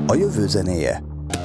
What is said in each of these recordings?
A jövő zenéje.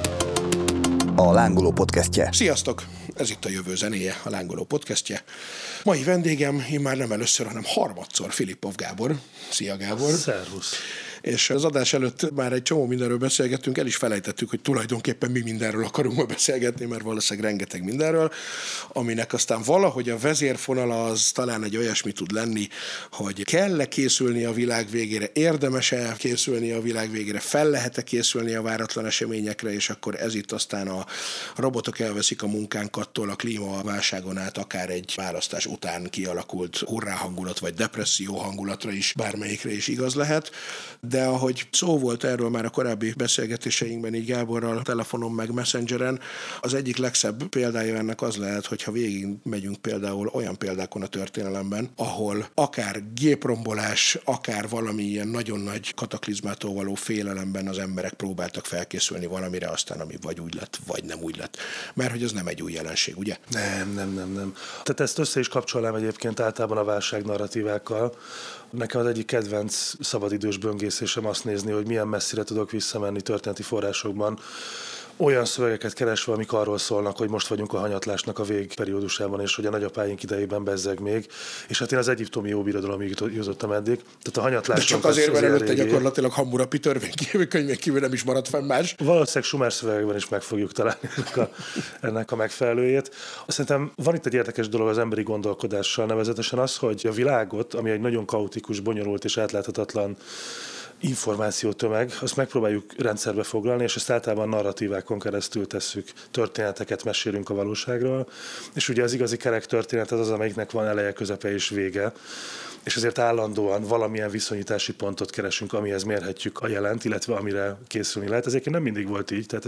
A Lángoló podcastje. Sziasztok! Ez itt a Jövő zenéje, a Lángoló podcastje. Mai vendégem immár nem először, hanem harmadszor Filippov Gábor. Szia Gábor! Szervusz! És az adás előtt már egy csomó mindenről beszélgettünk, el is felejtettük, hogy tulajdonképpen mi mindenről akarunk ma beszélgetni, mert valószínűleg rengeteg mindenről, aminek aztán valahogy a vezérfonala az talán egy olyasmi tud lenni, hogy kell-e készülni a világ végére, érdemes-e készülni a világ végére, fel lehet-e készülni a váratlan eseményekre, és akkor ez itt aztán a robotok elveszik a munkánkattól, a klímaválságon át, akár egy választás után kialakult hurrá hangulat, vagy depresszió hangulatra is, bármelyikre is igaz lehet. De ahogy szó volt erről már a korábbi beszélgetéseinkben így Gáborral, telefonon meg Messengeren, az egyik legszebb példája ennek az lehet, hogyha végig megyünk például olyan példákon a történelemben, ahol akár géprombolás, akár valami ilyen nagyon nagy kataklizmától való félelemben az emberek próbáltak felkészülni valamire, aztán ami vagy úgy lett, vagy nem úgy lett. Mert hogy ez nem egy új jelenség, ugye? Nem. Tehát ezt össze is kapcsolnám egyébként általában a válság narratívákkal. Nekem az egyik kedvenc szabadidős böngészésem azt nézni, hogy milyen messzire tudok visszamenni történeti forrásokban, olyan szövegeket keresve, amik arról szólnak, hogy most vagyunk a hanyatlásnak a végperiódusában, és hogy a nagyapáink idejében bezzeg még. És hát én az egyiptomi jóbirodalomig jutottam eddig. Tehát a hanyatlás. De csak azért, mert előtte gyakorlatilag Hammurapi törvénykönyvek kívül nem is maradt fenn más. Valószínűleg Sumer szövegekben is meg fogjuk találni ennek a megfelelőjét. Szerintem van itt egy érdekes dolog az emberi gondolkodással, nevezetesen az, hogy a világot, ami egy nagyon kaotikus, bonyolult és átláthatatlan információtömeg, azt megpróbáljuk rendszerbe foglalni, és ezt általában narratívákon keresztül tesszük, történeteket mesélünk a valóságról, és ugye az igazi kerek történet az, amelyiknek van eleje, közepe és vége, és ezért állandóan valamilyen viszonyítási pontot keresünk, amihez mérhetjük a jelent, illetve amire készülni lehet. Ez egyébként nem mindig volt így, tehát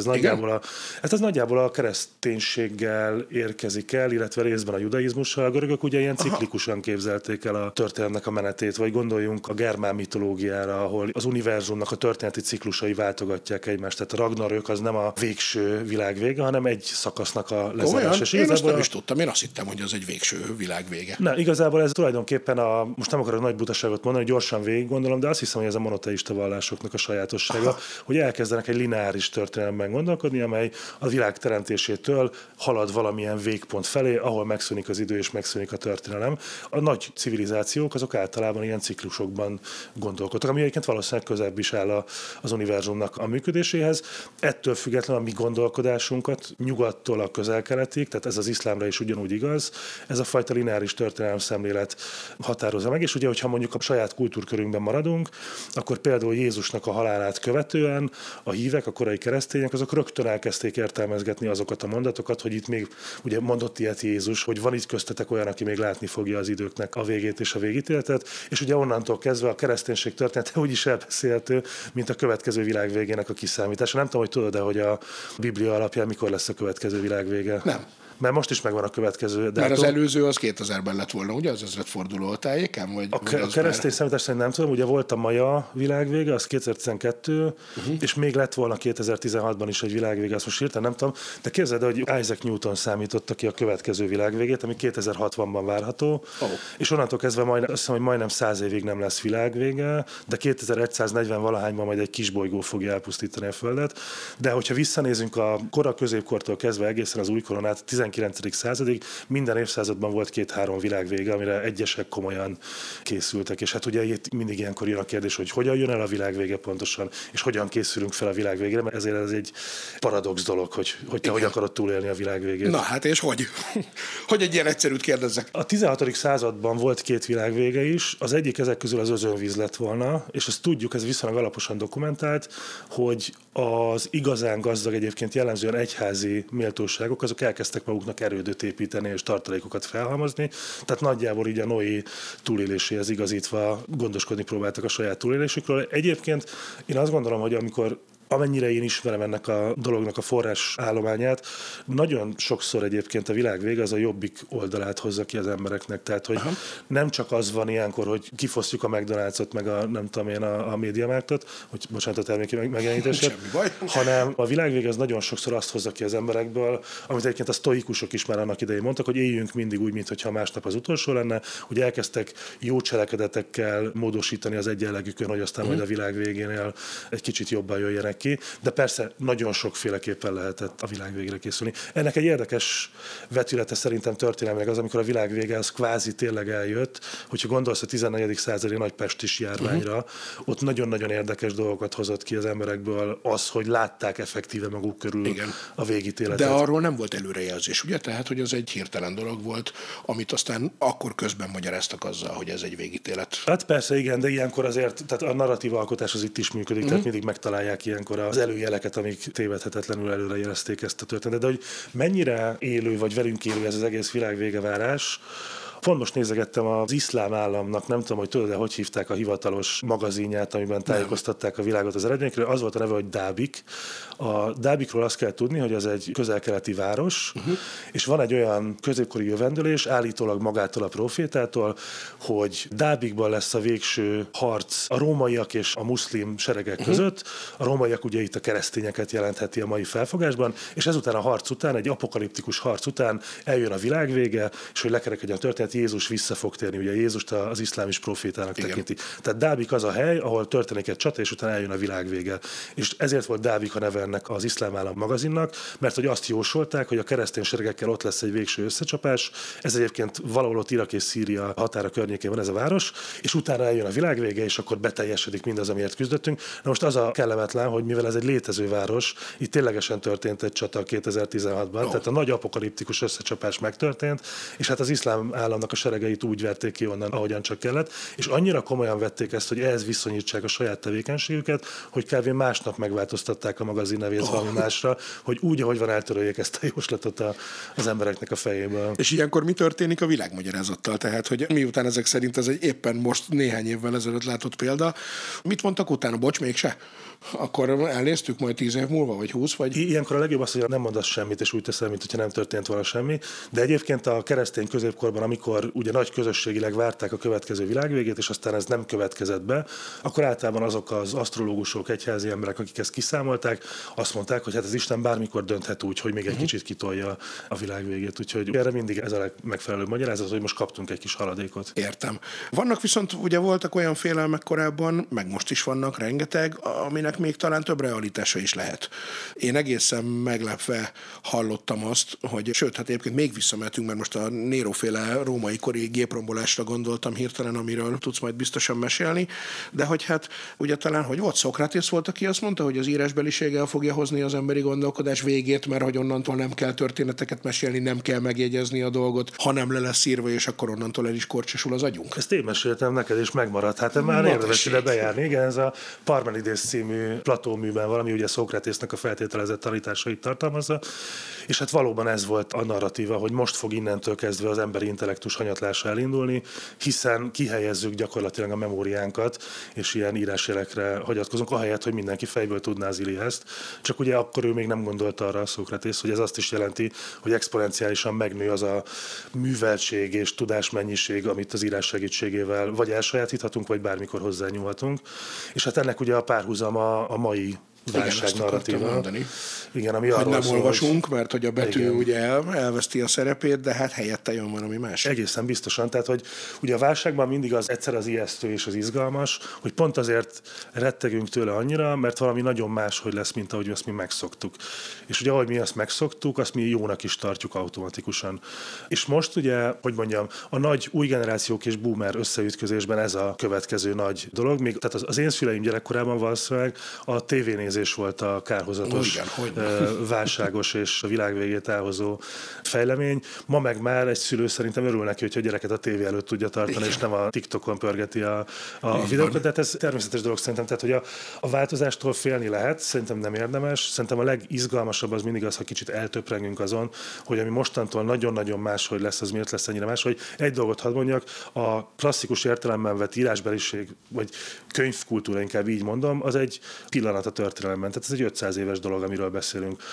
ez nagyjából a kereszténységgel érkezik el, illetve részben a judaizmussal. A görögök ugye ilyen ciklikusan képzelték el a történetnek a menetét, vagy gondoljunk a germán mitológiára, ahol az univerzumnak a történeti ciklusai váltogatják egymást. Tehát a Ragnarök az nem a végső világ vége, hanem egy szakasznak a lezárása. Én ezt nem is tudtam, én azt hittem, hogy az egy végső világ vége. Nem, igazából ez tulajdonképpen most nem akarok nagy butaságot mondani, gyorsan végig gondolom, de azt hiszem, hogy ez a monoteista vallásoknak a sajátossága, hogy elkezdenek egy lineáris történelemben gondolkodni, amely a világ teremtésétől halad valamilyen végpont felé, ahol megszűnik az idő és megszűnik a történelem. A nagy civilizációk azok általában ilyen ciklusokban gondolkodtak, ami egyébként valószínűleg közebb is áll az univerzumnak a működéséhez. Ettől függetlenül a mi gondolkodásunkat nyugattól a közel-keletig, tehát ez az iszlámra is ugyanúgy igaz, ez a fajta lineáris történelem szemlélet határozza meg, és ugye, hogyha mondjuk a saját kultúrkörünkben maradunk, akkor például Jézusnak a halálát követően a hívek, a korai keresztények, azok rögtön elkezdték értelmezgetni azokat a mondatokat, hogy itt még ugye mondott ilyet Jézus, hogy van itt köztetek olyan, aki még látni fogja az időknek a végét és a végítéletet, és ugye onnantól kezdve a kereszténység története úgy is elbeszélhető, mint a következő világ végének a kiszámítása. Nem tudom, hogy tudod-e, hogy a Biblia alapján mikor lesz a következő világ vége? Nem. Mert most is megvan a következő dátum. Mert az előző az 2000-ben lett volna, ugye? Az ezredforduló tájékán? Vagy a keresztény számítás szerint nem tudom, ugye volt a maja világvége, az 2012, és még lett volna 2016-ban is egy világvége, azt most írtam, nem tudom, de képzeld, hogy Isaac Newton számította ki a következő világvégét, ami 2060-ban várható, és onnantól kezdve azt hiszem, hogy majdnem 100 évig nem lesz világvége, de 2140 valahányban majd egy kisbolygó fogja elpusztítani a Földet. De hogyha visszanézünk a kora középkortól kezdve egészen az újkoron át 19. századig, minden évszázadban volt 2-3 világvége, amire egyesek komolyan készültek. És hát ugye itt mindig ilyenkor jön a kérdés, hogy hogyan jön el a világvége pontosan, és hogyan készülünk fel a világvégére, mert ezért ez egy paradox dolog, hogy te hogy akarod túlélni a világvégét. Na hát és hogy? Hogy egy ilyen egyszerűt kérdezzek? A 16. században volt 2 világvége is, az egyik ezek közül az özönvíz lett volna, és azt tudjuk, ez viszonylag alaposan dokumentált, hogy az igazán gazdag, egyébként jellemzően egyházi méltóságok, azok elkezdtek maguknak erődöt építeni és tartalékokat felhalmozni, tehát nagyjából így a Noé túléléséhez igazítva gondoskodni próbáltak a saját túlélésükről. Egyébként én azt gondolom, hogy amennyire én ismerem ennek a dolognak a forrás állományát, nagyon sokszor egyébként a világ vége az a jobbik oldalát hozza ki az embereknek. Tehát, hogy nem csak az van ilyenkor, hogy kifosztjuk a McDonald's-ot, meg a MediaMarktot, hogy bocsánat a terméki megjelenítését, hanem a világ vége az nagyon sokszor azt hozza ki az emberekből, amit egyébként a sztoikusok is már annak idején mondtak, hogy éljünk mindig úgy, mintha másnap az utolsó lenne, hogy elkezdtek jó cselekedetekkel módosítani az egyenlegükön, hogy aztán majd a világ végénél egy kicsit jobban jöjjenek épülnek ki, de persze nagyon sokféleképpen lehetett a világ végére készülni. Ennek egy érdekes vetülete szerintem történelmileg az, amikor a világ vége az kvázi tényleg eljött, hogyha gondolsz a 14. századi nagy pestis járványra, ott nagyon-nagyon érdekes dolgokat hozott ki az emberekből az, hogy látták effektíve maguk körül a végítéletet. De arról nem volt előrejelzés, ugye? Tehát, hogy ez egy hirtelen dolog volt, amit aztán akkor közben magyaráztak azzal, hogy ez egy végítélet. Hát persze, igen, de ilyenkor azért, tehát a narratív alkotás az itt is működik, tehát mindig megtalálják ilyenkor az előjeleket, amik tévedhetetlenül előrejelezték ezt a történetet. De hogy mennyire élő vagy velünk élő ez az egész világvégevárás. Pont most nézegettem az Iszlám Államnak, nem tudom, hogy tudod, de hogy hívták a hivatalos magazinját, amiben tájékoztatták a világot az eredményekről. Az volt a neve, hogy Dábik. A Dábikról azt kell tudni, hogy az egy közel-keleti város, és van egy olyan középkori jövendőlés, állítólag magától a profétától, hogy Dábikban lesz a végső harc a rómaiak és a muszlim seregek között. A rómaiak ugye itt a keresztényeket jelentheti a mai felfogásban, és ezután a harc után, egy apokaliptikus harc után eljön a világ vége, és hogy lekerekedjen a történet, Jézus vissza fog térni, ugye Jézust az iszlám is profétának tekinti. Tehát Dábik az a hely, ahol történik egy csata, és utána eljön a világ vége. És ezért volt Dábik a neve ennek az Iszlám Állam magazinnak, mert hogy azt jósolták, hogy a keresztény seregekkel ott lesz egy végső összecsapás. Ez egyébként valahol ott Irak és Szíria határa környékén van ez a város, és utána eljön a világ vége, és akkor beteljesedik mindaz, amiért küzdöttünk. Na most az a kellemetlen, hogy mivel ez egy létező város, itt ténylegesen történt egy csata 2016-ban, tehát a nagy apokaliptikus összecsapás megtörtént, és hát az Iszlám Államnak a seregeit úgy verték ki onnan, ahogyan csak kellett, és annyira komolyan vették ezt, hogy ehhez viszonyítsák a saját tevékenységüket, hogy kb. Másnap megváltoztatták a magazin nevét valami másra, hogy úgy, ahogy van, eltöröljék ezt a jóslatot az embereknek a fejéből. És ilyenkor mi történik a világmagyarázattal? Tehát, hogy miután ezek szerint ez egy éppen most néhány évvel ezelőtt látott példa, mit mondtak utána? Bocs, mégse? Akkor elnéztük majd 10 év múlva, vagy 20, vagy... Ilyenkor a legjobb az, hogy nem mondasz semmit, és úgy teszel, mint hogyha nem történt volna semmi. De egyébként a keresztény középkorban, amikor ugye nagy közösségileg várták a következő világvégét, és aztán ez nem következett be, akkor általában azok az asztrológusok, egyházi emberek, akik ezt kiszámolták, azt mondták, hogy hát az Isten bármikor dönthet úgy, hogy még egy kicsit kitolja a világvégét. Úgyhogy erre mindig ez a legmegfelelőbb magyarázat, hogy most kaptunk egy kis haladékot. Értem. Vannak viszont, ugye voltak olyan félelmek korábban, meg most is vannak rengeteg, aminek még talán több realitása is lehet. Én egészen meglepve hallottam azt, hogy sőt, hát egyébként még visszamehetünk, mert most a Nero-féle római kori géprombolásra gondoltam hirtelen, amiről tudsz majd biztosan mesélni, de hogy hát ugye talán, hogy volt Szokratész volt, aki azt mondta, hogy az írásbeliség el fogja hozni az emberi gondolkodás végét, mert hogy onnantól nem kell történeteket mesélni, nem kell megjegyezni a dolgot, hanem le lesz írva, és akkor onnantól el is korcsosul az agyunk. Ezt én meséltem neked, és megmaradt. Hát már érdemes ide bejárni. Igen, ez a Parmenides című Platón műben valami, ugye Szokratésznek a feltételezett tanításait tartalmazza, és hát valóban ez volt a narratíva, hogy most fog innentől kezdve az emberi intellektus hanyatlása elindulni, hiszen kihelyezzük gyakorlatilag a memóriánkat, és ilyen írásjelekre hagyatkozunk, ahelyett, hogy mindenki fejből tudná az Iliászt. Csak ugye akkor ő még nem gondolta arra a Szokratész, hogy ez azt is jelenti, hogy exponenciálisan megnő az a műveltség és tudásmennyiség, amit az írás segítségével vagy elsajátíthatunk, vagy bármikor hozzányúlhatunk. És hát ennek ugye a párhuzama a mai válság narratíva. Igen, ami arról nem szól, olvasunk, mert hogy a betű ugye elveszti a szerepét, de hát helyette jön valami más. Egészen biztosan. Tehát, hogy ugye a válságban mindig az egyszer az ijesztő és az izgalmas, hogy pont azért rettegünk tőle annyira, mert valami nagyon máshogy lesz, mint ahogy azt mi megszoktuk. És ugye ahogy mi azt megszoktuk, azt mi jónak is tartjuk automatikusan. És most ugye, hogy mondjam, a nagy új generációk és boomer összeütközésben ez a következő nagy dolog. Még, tehát az én szüleim gyerekkorában valószínűleg a tévénézés volt a kárhozatos, válságos és a világ végét elhozó fejlemény. Ma meg már egy szülő szerintem örül neki, hogy a gyereket a tévé előtt tudja tartani, és nem a TikTokon pörgeti a videókat. De ez természetes dolog szerintem, tehát hogy a változástól félni lehet, szerintem nem érdemes. Szerintem a legizgalmasabb az mindig az, ha kicsit eltöprengünk azon, hogy ami mostantól nagyon-nagyon máshogy lesz, az miért lesz ennyire más, hogy egy dolgot hadd mondjak, a klasszikus értelemben vett írásbeliség, vagy könyvkultúra, inkább így mondom, az egy pillanat a történelemben. Tehát ez egy 500 éves dolog, amiről beszélünk.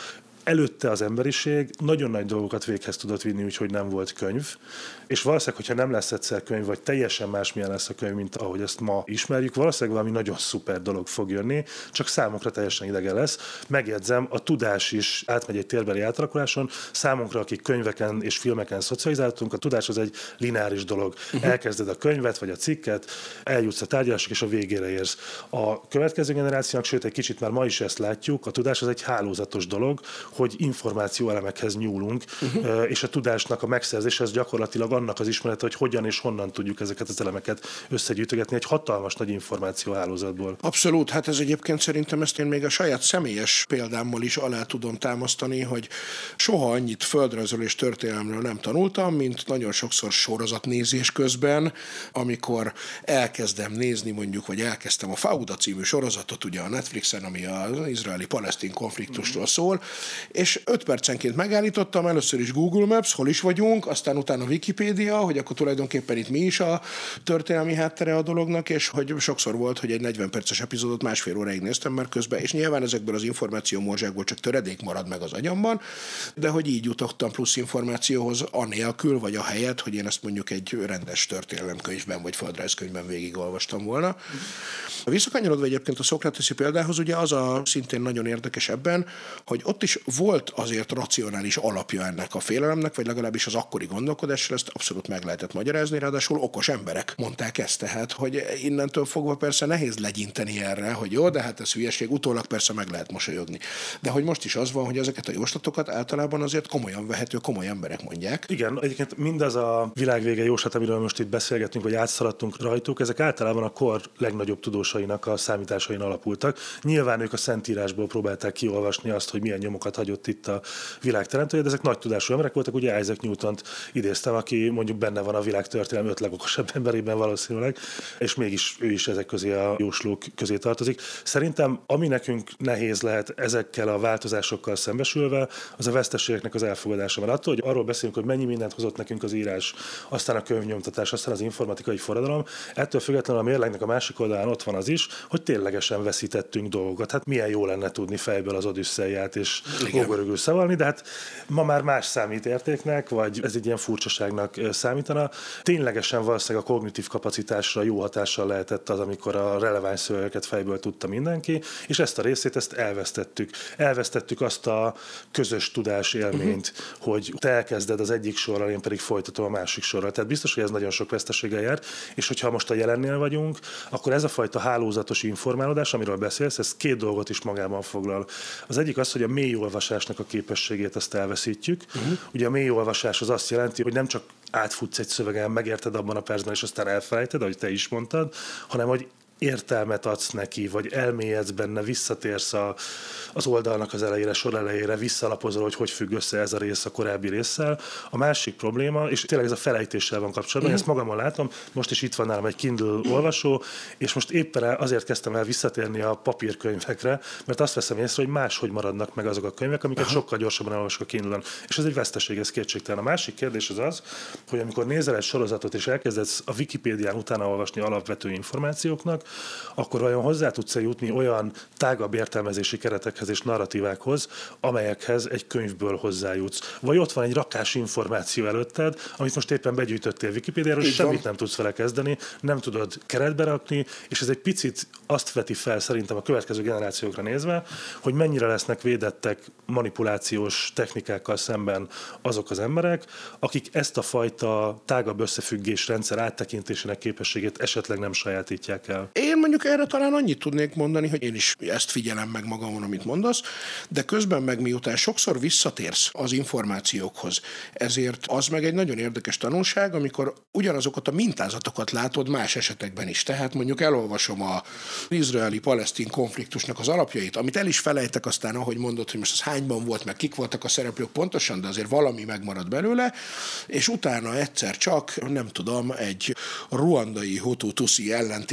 előtte az emberiség nagyon nagy dolgokat véghez tudott vinni, úgyhogy nem volt könyv, és valószínűleg, hogyha nem lesz egyszer könyv, vagy teljesen másmilyen lesz a könyv, mint ahogy ezt ma ismerjük, valószínűleg valami nagyon szuper dolog fog jönni, csak számunkra teljesen idegen lesz. Megjegyzem, a tudás is átmegy egy térbeli átalakuláson. Számunkra, akik könyveken és filmeken szocializáltunk, a tudás az egy lineáris dolog. Elkezded a könyvet, vagy a cikket, eljutsz a tárgyalások, és a végére érsz. A következő generációnak, sőt, egy kicsit már ma is ezt látjuk, a tudás az egy hálózatos dolog, hogy információelemekhez nyúlunk, és a tudásnak a megszerzése az gyakorlatilag annak az ismerete, hogy hogyan és honnan tudjuk ezeket az elemeket összegyűjtögetni egy hatalmas nagy információhálózatból. Abszolút, hát ez egyébként szerintem ezt én még a saját személyes példámmal is alá tudom támasztani, hogy soha annyit földrajzról és történelemről nem tanultam, mint nagyon sokszor sorozatnézés közben, amikor elkezdem nézni mondjuk, vagy elkezdtem a Fauda című sorozatot ugye a Netflixen, ami az izraeli-palesztin konfliktusról szól, és 5 percenként megállítottam, először is Google Maps, hol is vagyunk, aztán utána Wikipédia, hogy akkor tulajdonképpen itt mi is a történelmi háttere a dolognak, és hogy sokszor volt, hogy egy 40 perces epizódot 1,5 óráig néztem már közben, és nyilván ezekből az információmorzsákból csak töredék marad meg az agyamban, de hogy így jutottam plusz információhoz anélkül, vagy a helyet, hogy én ezt mondjuk egy rendes történelemkönyvben, vagy földrajzkönyvben végigolvastam volna. Visszakanyarodva egyébként a szokrateszi példához, ugye az a szintén nagyon érdekes ebben, hogy ott is volt azért racionális alapja ennek a félelemnek, vagy legalábbis az akkori gondolkodásra ezt abszolút meg lehetett magyarázni, ráadásul okos emberek mondták ezt, tehát, hogy innentől fogva persze nehéz legyinteni erre, hogy jó, de hát ez hülyeség, utólag persze meg lehet mosolyogni. De hogy most is az van, hogy ezeket a jóslatokat általában azért komolyan vehető, komoly emberek mondják. Igen, egyébként mindaz a világvége jóslat, amiről most itt beszélgetünk, vagy átszaladtunk rajtuk, ezek általában a kor legnagyobb tudósainak a számításain alapultak. Nyilván ők a Szentírásból próbálták kiolvasni azt, hogy milyen nyomokat hagyott itt a világ teremtője, de ezek nagy tudású emberek voltak, ugye Isaac Newtont idéztem, aki mondjuk benne van a világ történelem 5 legokosabb emberében valószínűleg, és mégis ő is ezek közé a jóslók közé tartozik. Szerintem, ami nekünk nehéz lehet ezekkel a változásokkal szembesülve, az a veszteségeknek az elfogadása. Mert attól, hogy arról beszélünk, hogy mennyi mindent hozott nekünk az írás, aztán a könyvnyomtatás, aztán az informatikai forradalom, ettől függetlenül a mérlegnek a másik oldalán ott van az is, hogy ténylegesen veszítettünk dolgokat. Hát milyen jó lenne tudni fejből az Odüsszeiát és ógörögül szavalni, de hát ma már más számít értéknek, vagy ez egy ilyen furcsaságnak számítana. Ténylegesen valószínűleg a kognitív kapacitásra jó hatással lehetett az, amikor a releváns szövegeket fejből tudta mindenki, és ezt a részét ezt elvesztettük. Elvesztettük azt a közös tudás élményt, hogy te elkezded az egyik sorral, én pedig folytatom a másik sorral. Tehát biztos, hogy ez nagyon sok veszteséggel jár, és hogyha most a jelennél vagyunk, akkor ez a fajta hálózatos informálódás, amiről beszélsz, ez 2 dolgot is magában foglal. Az egyik az, hogy a mély olvasásnak a képességét azt elveszítjük. Ugye a mély olvasás az azt jelenti, hogy nem csak átfutsz egy szövegen, megérted abban a percben, és aztán elfelejted, ahogy te is mondtad, hanem hogy értelmet adsz neki, vagy elmélyedsz benne, visszatérsz az oldalnak az elejére, sor elejére, visszalapozol, hogy függ össze ez a rész a korábbi résszel. A másik probléma, és tényleg ez a felejtéssel van kapcsolatban, ezt magamon látom, most is itt van nálam egy Kindle olvasó, és most éppen azért kezdtem el visszatérni a papírkönyvekre, mert azt veszem észre, hogy máshogy maradnak meg azok a könyvek, amiket sokkal gyorsabban elolvasok a Kindle-on. És ez egy veszteség, ez kétségtelen. A másik kérdés az, hogy amikor nézel egy sorozatot, és elkezdesz a Wikipédián utána olvasni alapvető információknak, akkor vajon hozzá tudsz jutni olyan tágabb értelmezési keretekhez és narratívákhoz, amelyekhez egy könyvből hozzájutsz. Vagy ott van egy rakás információ előtted, amit most éppen begyűjtöttél Wikipédiáról, és semmit nem tudsz vele kezdeni, nem tudod keretbe rakni, és ez egy picit azt veti fel szerintem a következő generációkra nézve, hogy mennyire lesznek védettek manipulációs technikákkal szemben azok az emberek, akik ezt a fajta tágabb összefüggés rendszer áttekintésének képességét esetleg nem sajátítják el. Én mondjuk erre talán annyit tudnék mondani, hogy én is ezt figyelem meg magamon, amit mondasz, de közben meg miután sokszor visszatérsz az információkhoz, ezért az meg egy nagyon érdekes tanulság, amikor ugyanazokat a mintázatokat látod más esetekben is. Tehát mondjuk elolvasom az izraeli-palesztin konfliktusnak az alapjait, amit el is felejtek aztán, ahogy mondod, hogy most az hányban volt, meg kik voltak a szereplők pontosan, de azért valami megmarad belőle, és utána egyszer csak, nem tudom, egy ruandai Hutu-Tutsi ellentét kapcsán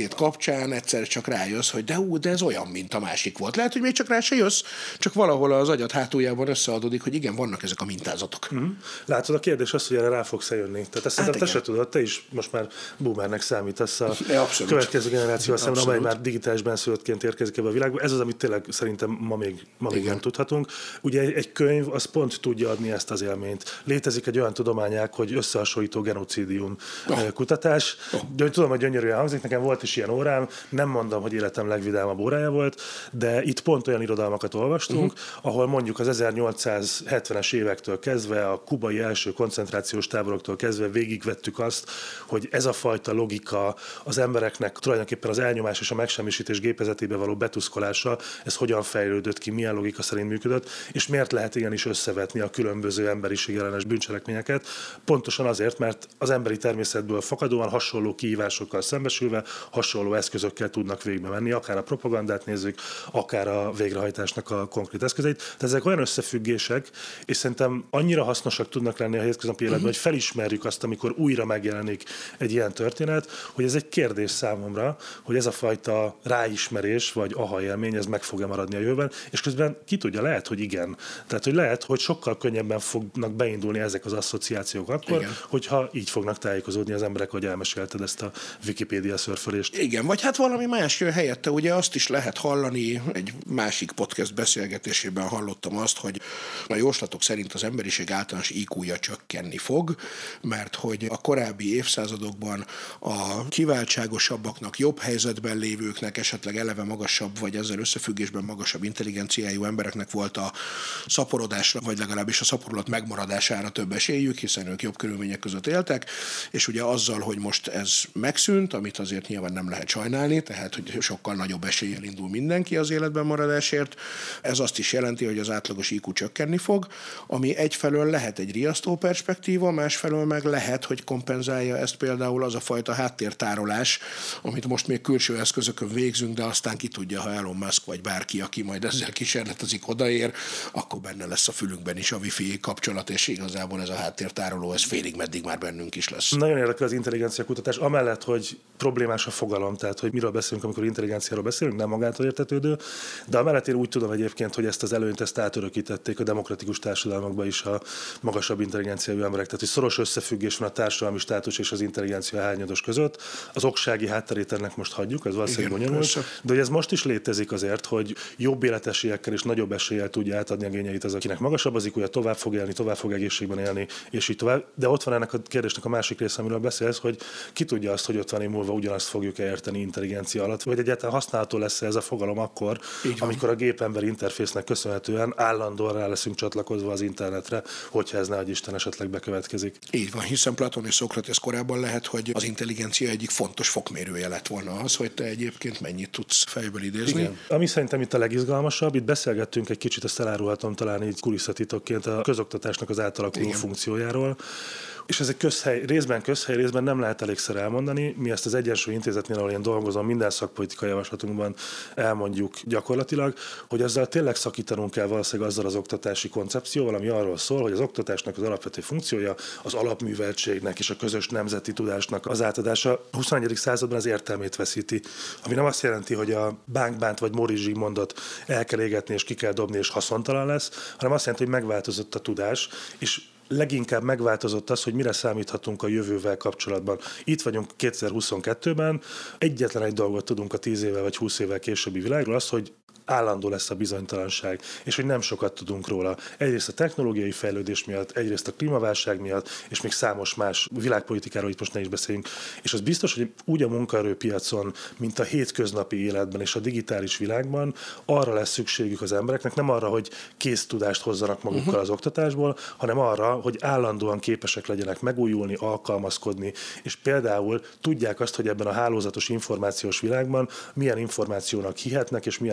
kapcsán egyszer csak rájössz, hogy de ez olyan, mint a másik volt. Lehet, hogy még csak rá se jössz, csak valahol az agyad hátuljában összeadódik, hogy igen, vannak ezek a mintázatok. Látod, a kérdés az, hogy erre rá fogsz jönni. Tehát ezt szerintem te se tudod, te is most már boomernek számítasz a következő generációval szemben, amely már digitális benszülöttként érkezik ebbe a világba. Ez az, amit tényleg szerintem ma még nem tudhatunk. Ugye egy könyv az pont tudja adni ezt az élményt. Létezik egy olyan tudományág, hogy összehasonlító genocidium kutatás. Tudom, hogy gyönyörűen hangzik, nekem volt is ilyen órám, nem mondom, hogy életem legvidámabb órája volt, de itt pont olyan irodalmakat olvastunk, ahol mondjuk az 1870-es évektől kezdve, a kubai első koncentrációs táboroktól kezdve végigvettük azt, hogy ez a fajta logika az embereknek tulajdonképpen az elnyomás és a megsemmisítés gépezetébe való betuszkolása, ez hogyan fejlődött ki, milyen logika szerint működött, és miért lehet igenis összevetni a különböző emberiségellenes bűncselekményeket. Pontosan azért, mert az emberi természetből fakadóan hasonló kihívásokkal szembesülve, hasonló eszközökkel tudnak végbe menni, akár a propagandát nézzük, akár a végrehajtásnak a konkrét eszközeit. Tehát ezek olyan összefüggések, és szerintem annyira hasznosak tudnak lenni a hétköznapi életben, hogy felismerjük azt, amikor újra megjelenik egy ilyen történet, hogy ez egy kérdés számomra, hogy ez a fajta ráismerés vagy aha élmény, ez meg fog-e maradni a jövőben, és közben ki tudja, lehet, hogy igen. Tehát, hogy lehet, hogy sokkal könnyebben fognak beindulni ezek az asszociációk akkor, igen, hogyha így fognak tájékozódni az emberek, hogy elmesélted ezt a Wikipédia szörfölést. Igen, vagy hát valami más jön helyette, ugye azt is lehet hallani, egy másik podcast beszélgetésében hallottam azt, hogy a jóslatok szerint az emberiség általános IQ-ja csökkenni fog, mert hogy a korábbi évszázadokban a kiváltságosabbaknak, jobb helyzetben lévőknek, esetleg eleve magasabb, vagy ezzel összefüggésben magasabb intelligenciájú embereknek volt a szaporodásra, vagy legalábbis a szaporulat megmaradására több esélyük, hiszen ők jobb körülmények között éltek, és ugye azzal, hogy most ez megszűnt, amit azért nyilván nem lehet sajnálni, tehát hogy sokkal nagyobb eséllyel indul mindenki az életben maradásért, ez azt is jelenti, hogy az átlagos IQ csökkenni fog, ami egyfelől lehet egy riasztó perspektíva, másfelől meg lehet, hogy kompenzálja ezt például az a fajta háttértárolás, amit most még külső eszközökön végzünk, de aztán ki tudja, ha Elon Musk vagy bárki, aki majd ezzel kísérletezik, odaér, akkor benne lesz a fülünkben is a wifi kapcsolat, és igazából ez a háttértároló, ez félig meddig már bennünk is lesz. Nagyon érdekel az intelligencia kutatás, amellett, hogy problémás a fogalom, tehát hogy miről beszélünk, amikor intelligenciáról beszélünk, nem magától értetődő, de amellett én úgy tudom egyébként, hogy ezt az előnyt átörökítették a demokratikus társadalmakban is a magasabb intelligenciájú emberek, tehát hogy szoros összefüggés van a társadalmi státus és az intelligencia hányados között. Az oksági hátterét ennek most hagyjuk, ez valószínűleg bonyolult, de hogy ez most is létezik azért, hogy jobb életesélyekkel és nagyobb eséllyel tudja átadni a gényeit az, akinek magasabb az IQ-ja, tovább fog élni, tovább fog egészségben élni, és így tovább. De ott van ennek a kérdésnek a másik része, amiről beszélsz, hogy ki tudja azt, hogy 50 év múlva ugyanazt fogjuk érteni intelligencia alatt, vagy egyáltalán használható lesz ez a fogalom akkor, amikor a gép-ember interfésznek köszönhetően állandóan rá leszünk csatlakozva az internetre, hogyha ez ne adj Isten esetleg bekövetkezik. Így van, hiszen Platon és Szokratész korában lehet, hogy az intelligencia egyik fontos fokmérője lett volna az, hogy te egyébként mennyit tudsz fejből idézni. Igen. Ami szerintem itt a legizgalmasabb, itt beszélgettünk egy kicsit, ezt elárulhatom talán így kulisszatitokként a közoktatásnak az átalakuló funkciójáról. És ez egy közhely, részben nem lehet elégszer elmondani. Mi ezt az Egyensúly Intézetnél, ahol én dolgozom, minden szakpolitikai javaslatunkban elmondjuk gyakorlatilag, hogy azzal tényleg szakítanunk kell valószínűleg azzal az oktatási koncepcióval, ami arról szól, hogy az oktatásnak az alapvető funkciója az alapműveltségnek és a közös nemzeti tudásnak az átadása a 21. században az értelmét veszíti. Ami nem azt jelenti, hogy a Bánkbánt vagy Móricz Zsigmondot el kell égetni és ki kell dobni és haszontalan lesz, hanem azt jelenti, hogy megváltozott a tudás, és leginkább megváltozott az, hogy mire számíthatunk a jövővel kapcsolatban. Itt vagyunk 2022-ben, egyetlen egy dolgot tudunk a 10 évvel vagy 20 évvel későbbi világról, az, hogy állandó lesz a bizonytalanság, és hogy nem sokat tudunk róla. Egyrészt a technológiai fejlődés miatt, egyrészt a klímaválság miatt, és még számos más világpolitikáról itt most ne is beszéljünk. És az biztos, hogy úgy a munkaerőpiacon, mint a hétköznapi életben és a digitális világban arra lesz szükségük az embereknek, nem arra, hogy kész tudást hozzanak magukkal az oktatásból, hanem arra, hogy állandóan képesek legyenek megújulni, alkalmazkodni, és például tudják azt, hogy ebben a hálózatos információs világban milyen információnak hihetnek, és milyen információnak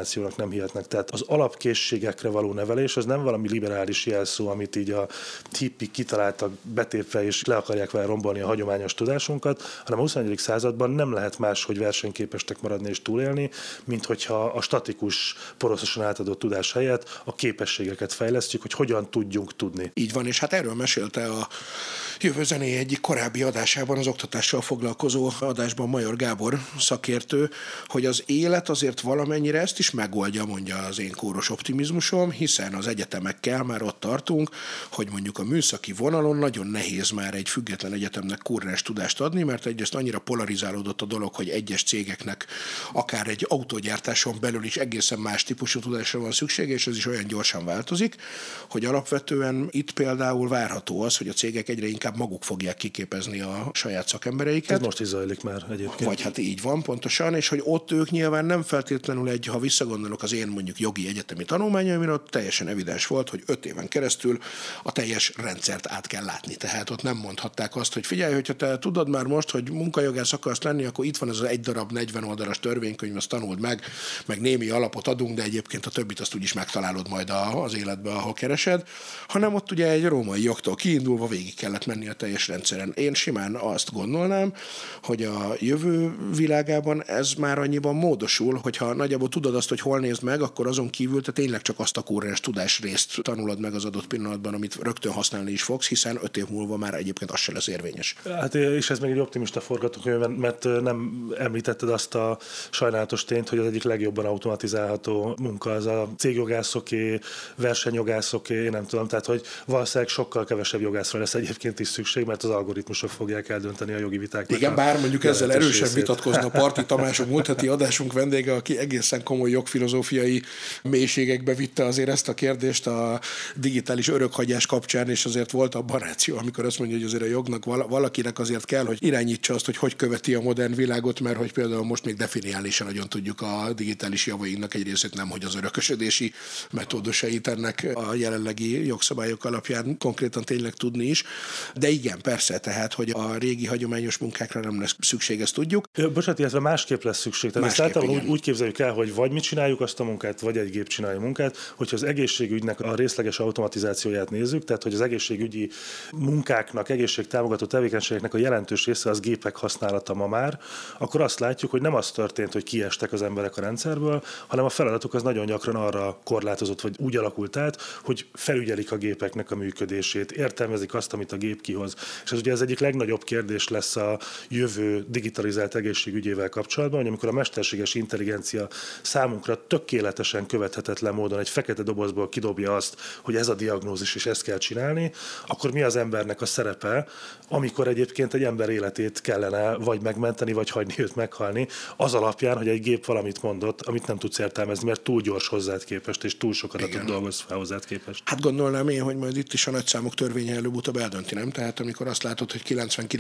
generációnak nem hihetnek. Tehát az alapkészségekre való nevelés az nem valami liberális jelszó, amit így a hippik kitaláltak betépve és le akarják vele rombolni a hagyományos tudásunkat, hanem a 21. században nem lehet máshogy versenyképesnek maradni és túlélni, mint hogyha a statikus, poroszosan átadott tudás helyett a képességeket fejlesztjük, hogy hogyan tudjunk tudni. Így van, és hát erről mesélte a Jövő Zené egyik korábbi adásában, az oktatással foglalkozó adásban Major Gábor szakértő, hogy az élet azért valamennyire ezt is megoldja, mondja az én kóros optimizmusom, hiszen az egyetemekkel már ott tartunk, hogy mondjuk a műszaki vonalon nagyon nehéz már egy független egyetemnek kúrens tudást adni, mert egyrészt annyira polarizálódott a dolog, hogy egyes cégeknek akár egy autógyártáson belül is egészen más típusú tudásra van szüksége, és ez is olyan gyorsan változik, hogy alapvetően itt például várható az, hogy a cégek egyre inkább maguk fogják kiképezni a saját szakembereiket. Ez most is zajlik már egyébként. Vagy hát így van, pontosan, és hogy ott ők nyilván nem feltétlenül ha visszagondolok az én mondjuk jogi egyetemi tanulmányaimra, ott teljesen evidens volt, hogy 5 éven keresztül a teljes rendszert át kell látni. Tehát ott nem mondhatták azt, hogy figyelj, hogyha te tudod már most, hogy munkajogász akarsz lenni, akkor itt van ez az egy darab 40 oldalas törvénykönyv, azt tanuld meg némi alapot adunk, de egyébként a többit azt úgyis megtalálod majd az életbe, ahol keresed, hanem ott ugye egy római jogtól kiindulva végig kellett menni a teljes rendszeren. Én simán azt gondolnám, hogy a jövő világában ez már annyiban módosul, hogyha nagyjából tudod azt, hogy hol nézd meg, akkor azon kívül te tényleg csak azt a kúrens tudásrészt tanulod meg az adott pillanatban, amit rögtön használni is fogsz, hiszen 5 év múlva már egyébként az se lesz érvényes. Hát és ez még egy optimista forgatókönyv, mert nem említetted azt a sajnálatos tényt, hogy az egyik legjobban automatizálható munka az a cégjogászoké, versenyjogászoké, én nem tudom, tehát hogy valószínűleg sokkal kevesebb jogászra lesz egyébként is szükség, mert az algoritmusok fogják eldönteni a jogi vitáknak. Igen, bár mondjuk ezzel erősen vitatkozna Parti Tamás, a múlt heti adásunk vendége, aki egészen komoly jogfilozófiai mélységekbe vitte azért ezt a kérdést a digitális örökhagyás kapcsán, és azért volt a baráció, amikor azt mondja, hogy azért a jognak valakinek azért kell, hogy irányítsa azt, hogy követi a modern világot, mert hogy például most még definiálni sem nagyon tudjuk a digitális javainknak egy részét, nem, hogy az örökösödési metódusait ennek a jelenlegi jogszabályok alapján konkrétan tényleg tudni is. De igen, persze, tehát, hogy a régi hagyományos munkákra nem lesz szükség, ezt tudjuk. Bocsánat, illetve másképp lesz szükség. Tehát ezt általában úgy képzeljük el, hogy vagy mi csináljuk azt a munkát, vagy egy gép csinálja a munkát, hogyha az egészségügynek a részleges automatizációját nézzük, tehát hogy az egészségügyi munkáknak, egészségtámogató tevékenységeknek a jelentős része az gépek használata ma már, akkor azt látjuk, hogy nem az történt, hogy kiestek az emberek a rendszerből, hanem a feladatuk az nagyon gyakran arra korlátozott, vagy úgy alakult át, hogy felügyelik a gépeknek a működését, értelmezik azt, amit a gép kihoz. És ez ugye az egyik legnagyobb kérdés lesz a jövő digitalizált egészségügyével kapcsolatban, hogy amikor a mesterséges intelligencia számunkra tökéletesen követhetetlen módon egy fekete dobozból kidobja azt, hogy ez a diagnózis és ezt kell csinálni, akkor mi az embernek a szerepe, amikor egyébként egy ember életét kellene vagy megmenteni, vagy hagyni őt meghalni, az alapján, hogy egy gép valamit mondott, amit nem tudsz értelmezni, mert túl gyors hozzád képest, és túl sok adatot dolgoz fel hozzád képest. Hát gondolnám én, hogy majd itt is a nagyszámok törvénye előbb-utóbb eldönti, nem? Tehát amikor azt látod, hogy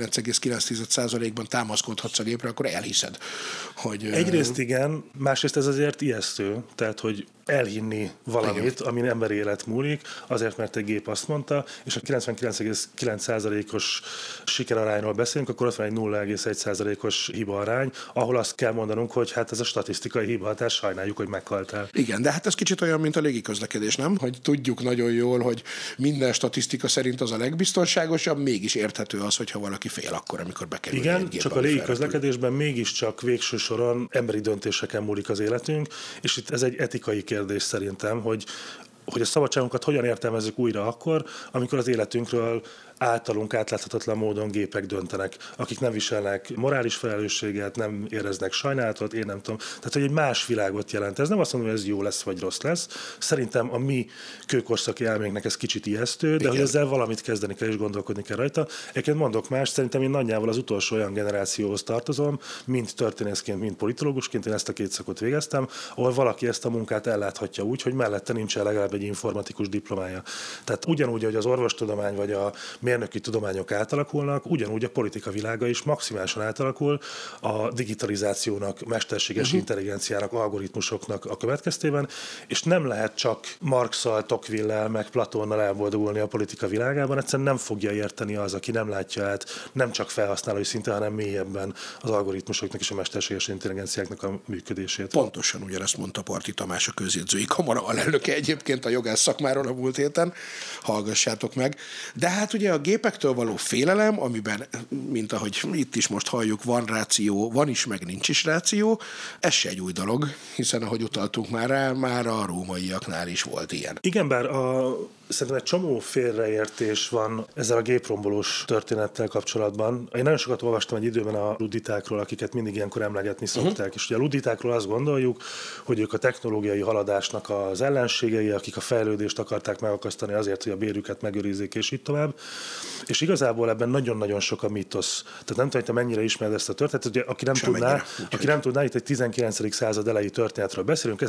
99,9%-ban támaszkodhatsz a gépre, akkor elhiszed. Hogy, egyrészt igen, másrészt ez azért ijesztő, tehát hogy elhinni valamit, amin emberi élet múlik, azért, mert egy gép azt mondta, és a 99,9%-os sikerarányról beszélünk, akkor ott van egy 0,1%-os hibaarány, ahol azt kell mondanunk, hogy hát ez a statisztikai hiba, tehát sajnáljuk, hogy meghaltál. Igen, de hát ez kicsit olyan, mint a légiközlekedés, nem? Hogy tudjuk nagyon jól, hogy minden statisztika szerint az a legbiztonságosabb, mégis érthető az, hogyha valaki fél akkor, amikor bekerül. Igen, csak a légiközlekedésben mégiscsak végső soron emberi döntéseken múlik az életünk, és itt ez egy etikai kérdés szerintem, hogy a szabadságunkat hogyan értelmezzük újra akkor, amikor az életünkről általunk átláthatatlan módon gépek döntenek, akik nem viselnek morális felelősséget, nem éreznek sajnálatot, én nem tudom. Tehát, hogy egy más világot jelent. Ez nem azt mondom, hogy ez jó lesz, vagy rossz lesz. Szerintem a mi kőkorszaki elménknek ez kicsit ijesztő, de hogy ezzel valamit kezdeni kell és gondolkodni kell rajta. Egyébként mondok más, szerintem én nagyjából az utolsó olyan generációhoz tartozom, mind történészként, mind politológusként, én ezt a 2 szakot végeztem, ahol valaki ezt a munkát elláthatja úgy, hogy mellette nincsen legalább egy informatikus diplomája. Tehát ugyanúgy, hogy az orvostudomány vagy a mérnöki tudományok átalakulnak, ugyanúgy a politika világa is maximálisan átalakul a digitalizációnak, mesterséges intelligenciának, algoritmusoknak a következtében, és nem lehet csak Marx-szal, Tocqueville-lel, meg Platonnal elboldogulni a politika világában, egyszerűen nem fogja érteni az, aki nem látja át nem csak felhasználói szinten, hanem mélyebben az algoritmusoknak és a mesterséges intelligenciáknak a működését. Pontosan ugyanezt mondta Parti Tamás, a közjegyzői kamara alelnöke egyébként a jogász szakmáról a múlt héten. Hallgassátok meg. De hát ugye a gépektől való félelem, amiben, mint ahogy itt is most halljuk, van ráció, van is, meg nincs is ráció, ez se egy új dolog, hiszen ahogy utaltunk már rá, már a rómaiaknál is volt ilyen. Igen, bár szerintem egy csomó félreértés van ezzel a géprombolós történettel kapcsolatban. Én nagyon sokat olvastam egy időben a ludditákról, akiket mindig ilyenkor emlegetni szokták. És ugye a ludditákról azt gondoljuk, hogy ők a technológiai haladásnak az ellenségei, akik a fejlődést akarták megakasztani azért, hogy a bérüket megőrizzék, és így tovább. És igazából ebben nagyon-nagyon sok a mítosz. Tehát nem tudom, hogy te mennyire ismered ezt a történetet. Ugye, aki nem tudná, itt egy 19. század elejé történetről beszélünk,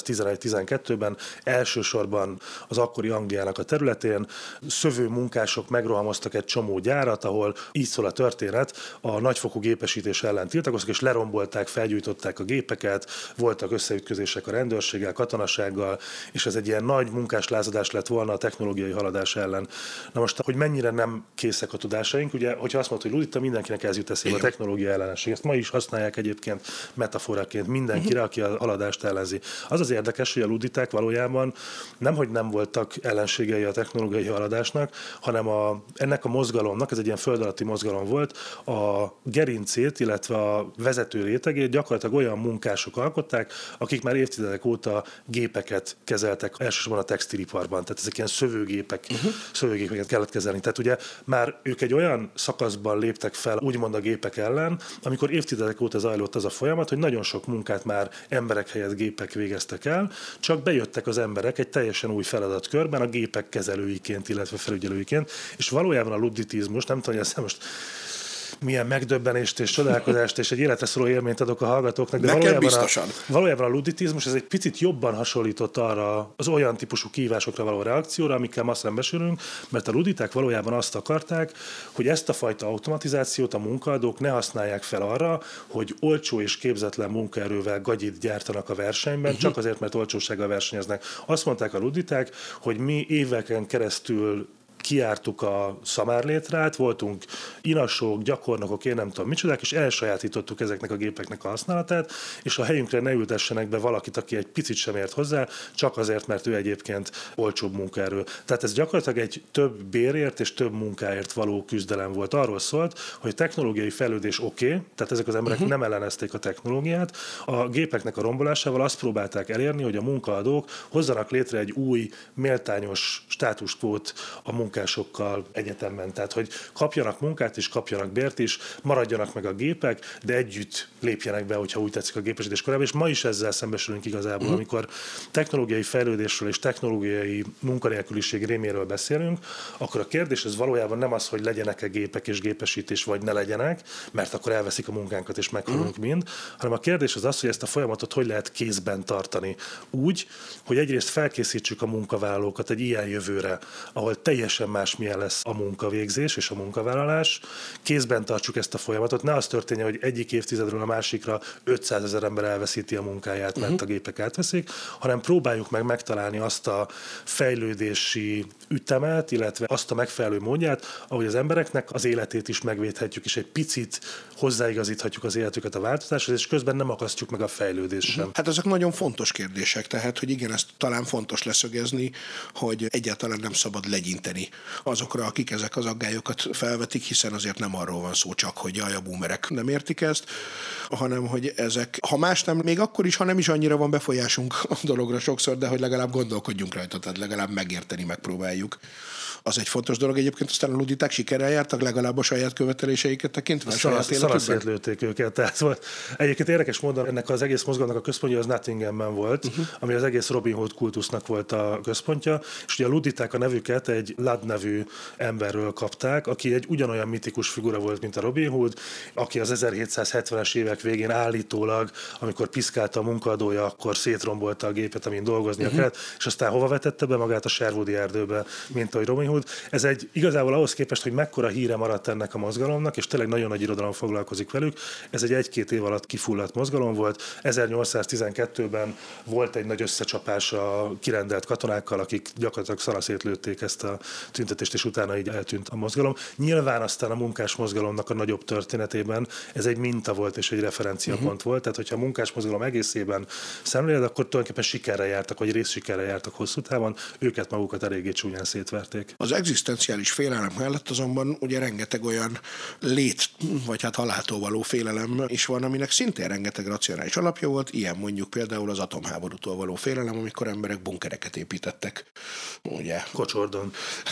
1811-12-ben elsősorban az akkori Angliának a területén szövő munkások megrohamoztak egy csomó gyárat, ahol így szól a történet, a nagyfokú gépesítés ellen tiltakoztak, és lerombolták, felgyújtották a gépeket, voltak összeütközések a rendőrséggel, katonasággal, és ez egy ilyen nagy munkáslázadás lett volna a technológiai haladás ellen. Na most, hogy mennyire nem készek a tudásaink, ugye, hogyha azt mondod, hogy ludita, mindenkinek ez jut eszébe a technológia ellenesség. Ezt ma is használják egyébként metaforaként mindenkire, aki a haladást ellenzi. Az az érdekes, hogy a luditák valójában nemhogy nem voltak ellenségei a technológiai haladásnak, hanem ennek a mozgalomnak, ez egy ilyen föld alatti mozgalom volt, a gerincét, illetve a vezető rétegét gyakorlatilag olyan munkások alkották, akik már évtizedek óta gépeket kezeltek, elsősorban a textiliparban, tehát ezek ilyen szövőgépeket kellett kezelni. Tehát ugye már ők egy olyan szakaszban léptek fel, úgymond a gépek ellen, amikor évtizedek óta zajlott az a folyamat, hogy nagyon sok munkát már emberek helyett gépek végeztek el, csak bejöttek az emberek egy teljesen új feladatkörben, a gépek kezelőiként, illetve felügyelőiként, és valójában a ludditizmus, nem tudom, hogy ezt most milyen megdöbbenést és csodálkozást és egy életre szóló élményt adok a hallgatóknak, de valójában a ludditizmus ez egy picit jobban hasonlított arra az olyan típusú kihívásokra való reakcióra, amikkel ma szembesülünk, mert a ludditák valójában azt akarták, hogy ezt a fajta automatizációt a munkaadók ne használják fel arra, hogy olcsó és képzetlen munkaerővel gagyit gyártanak a versenyben, csak azért, mert olcsósággal versenyeznek. Azt mondták a ludditák, hogy mi éveken keresztül kijártuk a szamárlétrát, voltunk inasok, gyakornokok, én nem tudom micsodák, és elsajátítottuk ezeknek a gépeknek a használatát, és a helyünkre ne ültessenek be valakit, aki egy picit sem ért hozzá, csak azért, mert ő egyébként olcsóbb munkaerő. Tehát ez gyakorlatilag egy több bérért és több munkáért való küzdelem volt. Arról szólt, hogy technológiai fejlődés oké, tehát ezek az emberek nem ellenezték a technológiát, a gépeknek a rombolásával azt próbálták elérni, hogy a munkaadók hozzanak létre egy új, méltányos státuskvót a munkásokkal egyetemben. Tehát, hogy kapjanak munkát és kapjanak bért is, maradjanak meg a gépek, de együtt lépjenek be, hogyha úgy tetszik a gépesítés korábban, és ma is ezzel szembesülünk igazából, amikor technológiai fejlődésről és technológiai munkanélküliség réméről beszélünk, akkor a kérdés az valójában nem az, hogy legyenek-e gépek és gépesítés, vagy ne legyenek, mert akkor elveszik a munkánkat és meghalunk mind, hanem a kérdés az az, hogy ezt a folyamatot hogy lehet kézben tartani. Úgy, hogy egyrészt felkészítsük a munkavállalókat egy ilyen jövőre, ahol teljesen másmilyen lesz a munkavégzés és a munkavállalás. Kézben tartsuk ezt a folyamatot. Ne az történje, hogy egyik évtizedről a másikra 500 000 ember elveszíti a munkáját, mert a gépek átveszik, hanem próbáljuk meg megtalálni azt a fejlődési ütemet, illetve azt a megfelelő módját, ahogy az embereknek az életét is megvédhetjük, és egy picit hozzáigazíthatjuk az életüket a változáshoz, és közben nem akasztjuk meg a fejlődést sem. Hát ezek nagyon fontos kérdések, tehát, hogy igen, ezt talán fontos leszögezni, hogy egyáltalán nem szabad legyinteni azokra, akik ezek az aggályokat felvetik, hiszen azért nem arról van szó csak, hogy jaj, a boomerek nem értik ezt, hanem hogy ezek, ha más nem, még akkor is, ha nem is annyira van befolyásunk a dologra sokszor, de hogy legalább gondolkodjunk rajta, tehát legalább megérteni megpróbáljuk. Az egy fontos dolog egyébként, aztán a luditák sikerrel jártak, legalább a saját követeléseiket tekintve. Szanaszét lőtték őket. Tehát egyébként érdekes módon ennek az egész mozgalomnak a központja az Nottinghamben volt, ami az egész Robin Hood kultusznak volt a központja, és ugye a luditák a nevüket egy Lad nevű emberről kapták, aki egy ugyanolyan mitikus figura volt, mint a Robin Hood, aki az 1770-es évek végén állítólag, amikor piszkálta a munkaadója, akkor szétrombolta a gépet, amin dolgoznia kellett, és aztán hova vetette be magát? A Sherwoodi erdőbe, mint ahogy Robin Hood. Mahmud. Ez egy igazából ahhoz képest, hogy mekkora híre maradt ennek a mozgalomnak, és tényleg nagyon nagy irodalom foglalkozik velük. Ez egy 1-2 év alatt kifulladt mozgalom volt. 1812-ben volt egy nagy összecsapás a kirendelt katonákkal, akik gyakorlatilag szanaszét lőtték ezt a tüntetést, és utána így eltűnt a mozgalom. Nyilván aztán a munkás mozgalomnak a nagyobb történetében ez egy minta volt és egy referenciapont volt. Tehát, hogyha a munkás mozgalom egészében szemléled, akkor tulajdonképpen sikerrel jártak, vagy részsikerrel jártak hosszú távon, őket magukat eléggé csúnyán szétverték. Az egzisztenciális félelem mellett azonban ugye rengeteg olyan vagy hát haláltól való félelem is van, aminek szintén rengeteg racionális alapja volt, ilyen mondjuk például az atomháborútól való félelem, amikor emberek bunkereket építettek. Ugye? Kocsordon.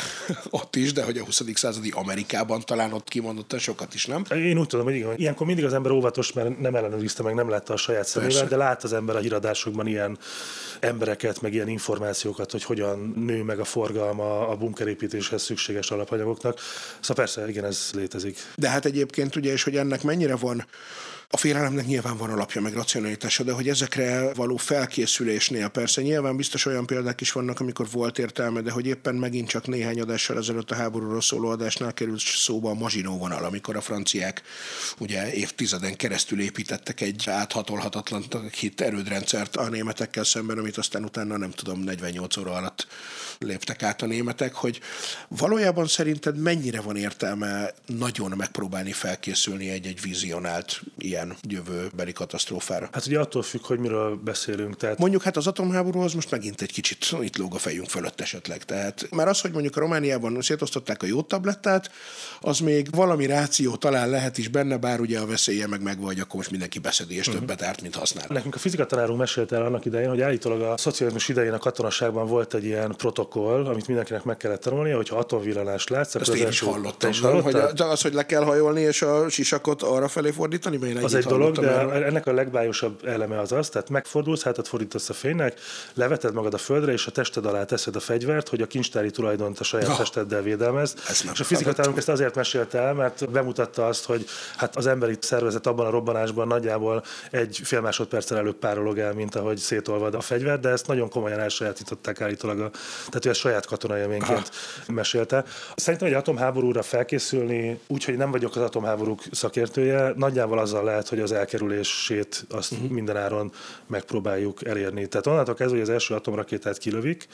Ott is, de hogy a 20. századi Amerikában talán ott kimondottan sokat is, nem? Én úgy tudom, hogy igen, ilyenkor mindig az ember óvatos, mert nem ellenőrizte meg, nem látta a saját szemével, de lát az ember a híradásokban ilyen embereket, meg ilyen információkat, hogy hogyan nő meg a forgalma a bunkerépítéshez szükséges alapanyagoknak. Szóval persze, igen, ez létezik. De hát egyébként ugye, és hogy ennek mennyire van a félelemnek nyilván van alapja, meg racionalitása, de hogy ezekre való felkészülésnél persze nyilván biztos olyan példák is vannak, amikor volt értelme, de hogy éppen megint csak néhány adással ezelőtt a háborúról szóló adásnál került szóba a Maginot vonal, amikor a franciák ugye évtizeden keresztül építettek egy áthatolhatatlan hit erődrendszert a németekkel szemben, amit aztán utána nem tudom, 48 óra alatt léptek át a németek, hogy valójában szerinted mennyire van értelme nagyon megpróbálni felkészülni egy vizionált ilyen jövőbeli katasztrófára? Hát ugye attól függ, hogy miről beszélünk. Tehát... Mondjuk hát az atomháborúhoz most megint egy kicsit itt lóg a fejünk fölött esetleg. Tehát már az, hogy mondjuk a Romániában szétosztották a jódtablettát, az még valami ráció talán lehet is benne, bár ugye a veszélye megvan, hogy akkor most mindenki beszedi és többet árt, mint használ. Nekünk a fizikatanárunk mesélte el annak idején, hogy állítólag a szocializmus idején a katonaságban volt egy ilyen protokoll, amit mindenkinek meg kellett tanulnia, hogyha atomvillanást látsz. Ezt én is hallottam, hogy az, hogy le kell hajolni és a sisakot arra felé fordítani, az egy dolog, de ennek a legbájosabb eleme az, tehát megfordulsz, hátat fordítasz a fénynek, leveted magad a földre, és a tested alá teszed a fegyvert, hogy a kincstári tulajdont a saját testeddel védelmezd. És a fizikatárunk ezt azért mesélte el, mert bemutatta azt, hogy hát az emberi szervezet abban a robbanásban nagyjából egy fél másodperccel előbb párolog el, mint ahogy szétolvad a fegyvert, de ezt nagyon komolyan elsajátították állítólag, tehát ő ezt saját katonai élményként mesélte. Szerintem egy atomháborúra felkészülni, úgyhogy nem vagyok az atomháborúk szakértője, nagyjából azzal lehet, hogy az elkerülését azt mindenáron megpróbáljuk elérni. Tehát onnantól kezdve, hogy az első atomrakétát kilövik,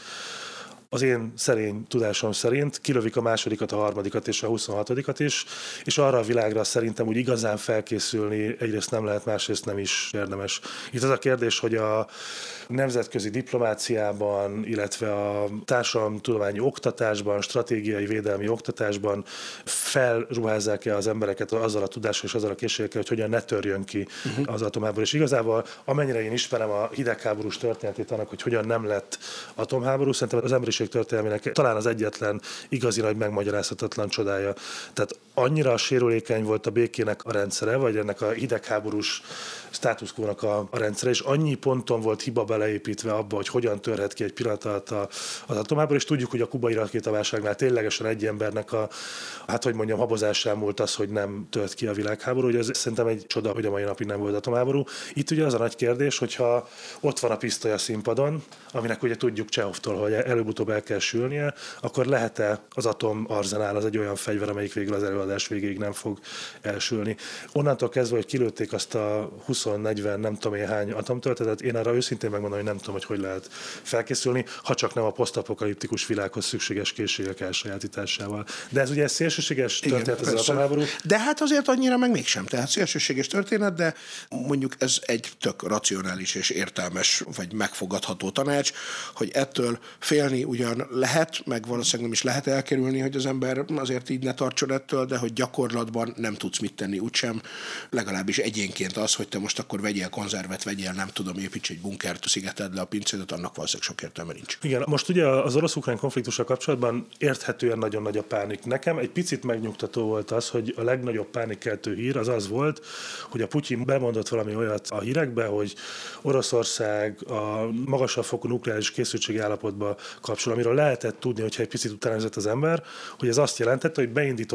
az én szerény tudásom szerint kilövik a másodikat, a harmadikat és a 26-ot is, és arra a világra szerintem úgy igazán felkészülni egyrészt nem lehet, másrészt nem is érdemes. Itt az a kérdés, hogy a nemzetközi diplomáciában, illetve a társadalomtudományi oktatásban, stratégiai védelmi oktatásban felruházzák-e az embereket azzal a tudással és azzal a készségekkel, hogy hogyan ne törjön ki az atomháború. És igazából, amennyire én ismerem a hidegháborús történetét annak, hogy hogyan nem lett atomháború, szerintem az emberiség történelmének talán az egyetlen igazi nagy megmagyarázhatatlan csodája. Tehát annyira sérülékeny volt a békének a rendszere, vagy ennek a hidegháborús státuszkónak a rendszere, és annyi ponton volt hiba beleépítve abba, hogy hogyan törhet ki egy pillanat alatt az atomháború, és tudjuk, hogy a kubai rakétaválságnál ténylegesen egy embernek a, hát hogy mondjam, habozásán múlt az, hogy nem tört ki a világháború, hogy ez szerintem egy csoda, hogy a mai napig nem volt atomháború. Itt ugye az a nagy kérdés, hogyha ott van a pisztoly a színpadon, aminek ugye tudjuk Csehovtól, hogy előbb-utóbb el kell sülnie, akkor lehet-e az atomarzenál az egy olyan fegyver, amelyik végül az előadás végéig nem fog elsülni. Onnantól kezdve, hogy kilőtték azt a 20-40 nem tudom én hány atomtöltetet, én arra őszintén megmondom, hogy nem tudom, hogy lehet felkészülni, ha csak nem a posztapokaliptikus világhoz szükséges készségek elsajátításával. De ez ugye szélsőséges történet, ez az atomháború. De hát azért annyira meg mégsem. Tehát szélsőséges történet, de mondjuk ez egy tök racionális és értelmes, vagy megfogadható tanács, hogy ettől félni ugyan lehet, meg valószínűleg nem is lehet elkerülni, hogy az ember azért így ne tartson ettől, de hogy gyakorlatban nem tudsz mit tenni úgysem, legalábbis egyénként az, hogy te most akkor vegyél konzervet, vegyél, nem tudom, építs egy bunkert, szigeted le a pincédet, annak valószínűleg sok értelme nincs. Igen, most ugye az orosz-ukrán konfliktussal kapcsolatban érthetően nagyon nagy a pánik. Nekem egy picit megnyugtató volt az, hogy a legnagyobb pánikkeltő hír az volt, hogy a Putyin bemondott valami olyat a hírekbe, hogy Oroszország a magasabb fokú nukleáris készültségi állapotba kapcsol, amiről lehetett tudni, hogyha egy picit utánézett az ember, hogy ez azt jelentette, hogy beindították azok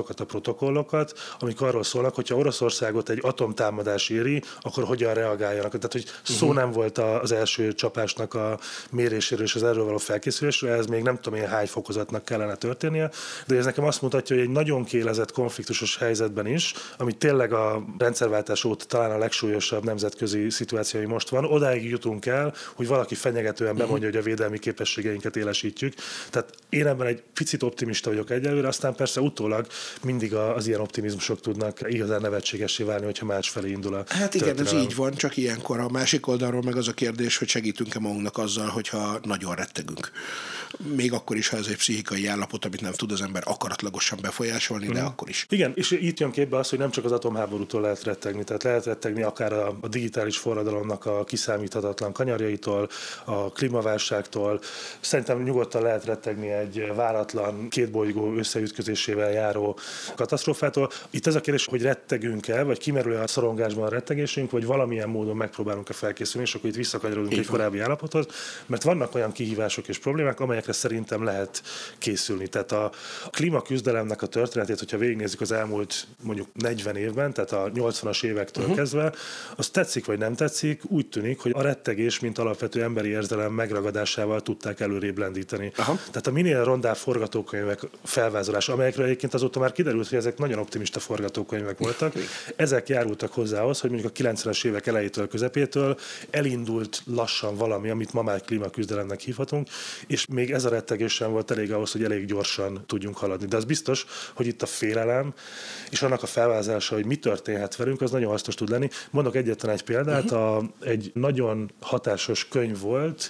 azokat a protokollokat, amik arról szólnak, hogyha Oroszországot egy atomtámadás éri, akkor hogyan reagáljanak. Tehát, hogy szó nem volt az első csapásnak a méréséről és az erről való felkészülésről, ez még nem tudom én hány fokozatnak kellene történnie, de ez nekem azt mutatja, hogy egy nagyon kiélezett konfliktusos helyzetben is, ami tényleg a rendszerváltás óta talán a legsúlyosabb nemzetközi szituáció, ami most van, odáig jutunk el, hogy valaki fenyegetően bemondja, hogy a védelmi képességeinket élesítjük. Tehát én ebben egy picit optimista vagyok egyelőre, aztán persze utólag mindig az ilyen optimizmusok tudnak igazán nevetségessé válni, hogyha másfelé indul a Hát igen, történelem. ez így van, csak ilyenkor a másik oldalról meg az a kérdés, hogy segítünk-e magunknak azzal, hogyha nagyon rettegünk. Még akkor is, ha ez egy pszichikai állapot, amit nem tud az ember akaratlagosan befolyásolni, de akkor is. Igen, és itt jön képbe az, hogy nem csak az atomháborútól lehet rettegni, tehát lehet rettegni akár a digitális forradalomnak a kiszámíthatatlan kanyarjaitól, a klímaválságtól. Szerintem nyugodtan lehet rettegni egy váratlan kétbolygó összeütközésével járó katasztrófától. Itt ez a kérdés, hogy rettegünk-e, vagy kimerül-e a szorongásban a rettegésünk, vagy valamilyen módon megpróbálunk-e felkészülni, és akkor itt visszakanyarodunk egy korábbi állapothoz, mert vannak olyan kihívások és problémák, amelyekre szerintem lehet készülni. Tehát a klímaküzdelemnek a történetét, hogyha végignézzük az elmúlt mondjuk 40 évben, tehát a 80-as évektől kezdve, az tetszik vagy nem tetszik, úgy tűnik, hogy a rettegés, mint alapvető emberi érzelem megragadásával tudták előrébb lendíteni. Tehát a minél rondább forgatókönyvek felvázolása, amelyekről egyébként azóta már kiderült, hogy ezek nagyon optimista forgatókönyvek voltak, ezek járultak hozzához, hogy mondjuk a 90-es évek elejétől, közepétől elindult lassan valami, amit ma már klímaküzdelemnek hívhatunk, és még ez a rettegés sem volt elég ahhoz, hogy elég gyorsan tudjunk haladni. De az biztos, hogy itt a félelem és annak a felvázása, hogy mi történhet velünk, az nagyon hasznos tud lenni. Mondok egyetlen egy példát, egy nagyon hatásos könyv volt,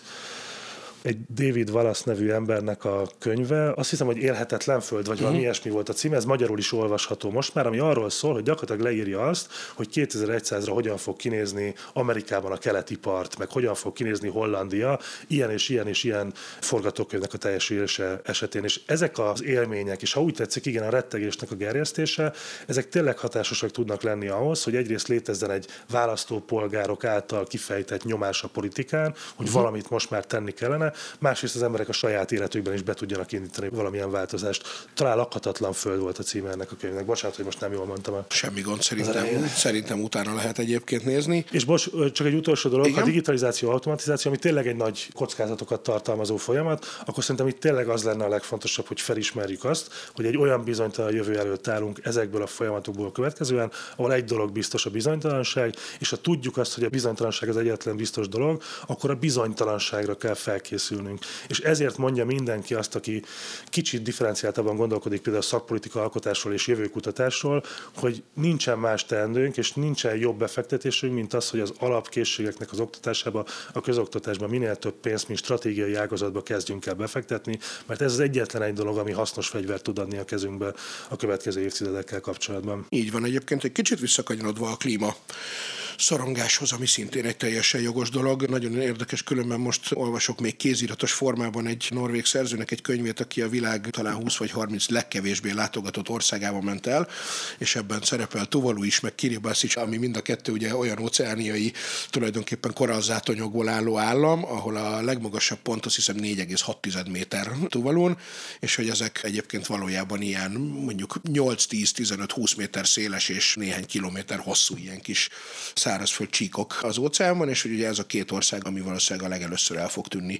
egy David Wallace nevű embernek a könyve, azt hiszem, hogy Élhetetlen föld, vagy valami ilyesmi volt a címe, ez magyarul is olvasható most már, ami arról szól, hogy gyakorlatilag leírja azt, hogy 2100-ra hogyan fog kinézni Amerikában a keleti part, meg hogyan fog kinézni Hollandia, ilyen és ilyen és ilyen forgatókönyvnek a teljesülése esetén. És ezek az élmények, és ha úgy tetszik, igen, a rettegésnek a gerjesztése, ezek tényleg hatásosak tudnak lenni ahhoz, hogy egyrészt létezzen egy választópolgárok által kifejtett nyomás a politikán, hogy valamit most már tenni kellene, másrészt az emberek a saját életükben is be tudjanak indítani valamilyen változást. Talán Lakhatatlan föld volt a címe ennek a könyvnek. Bocsánat, hogy most nem jól mondtam. Semmi gond, szerintem utána lehet egyébként nézni. És csak egy utolsó dolog, igen? A digitalizáció, automatizáció, ami tényleg egy nagy kockázatokat tartalmazó folyamat, akkor szerintem itt tényleg az lenne a legfontosabb, hogy felismerjük azt, hogy egy olyan bizonytalan jövő előtt állunk ezekből a folyamatokból következően, ahol egy dolog biztos, a bizonytalanság, és ha tudjuk azt, hogy a bizonytalanság az egyetlen biztos dolog, akkor a bizonytalanságra kell felkészülnünk. És ezért mondja mindenki azt, aki kicsit differenciáltabban gondolkodik például a szakpolitika alkotásról és jövőkutatásról, hogy nincsen más teendőnk, és nincsen jobb befektetésünk, mint az, hogy az alapkészségeknek az oktatásába, a közoktatásban minél több pénzt, mint stratégiai ágazatba kezdjünk el befektetni, mert ez az egyetlen egy dolog, ami hasznos fegyvert tud adni a kezünkbe a következő évtizedekkel kapcsolatban. Így van, egyébként egy kicsit visszakanyarodva a klíma szorongáshoz, ami szintén egy teljesen jogos dolog. Nagyon érdekes, különben most olvasok még kéziratos formában egy norvég szerzőnek egy könyvét, aki a világ talán 20 vagy 30 legkevésbé látogatott országába ment el, és ebben szerepel Tuvalu is, meg Kiribati is, ami mind a kettő ugye olyan óceániai, tulajdonképpen korallzátonyokból álló állam, ahol a legmagasabb pont azt hiszem 4,6 méter Tuvalun, és hogy ezek egyébként valójában ilyen mondjuk 8-10-15-20 méter széles és néhány kilométer hosszú ilyen kis szárazföld csíkok az óceánban, és hogy ugye ez a két ország, ami valószínűleg a legelőször el fog tűnni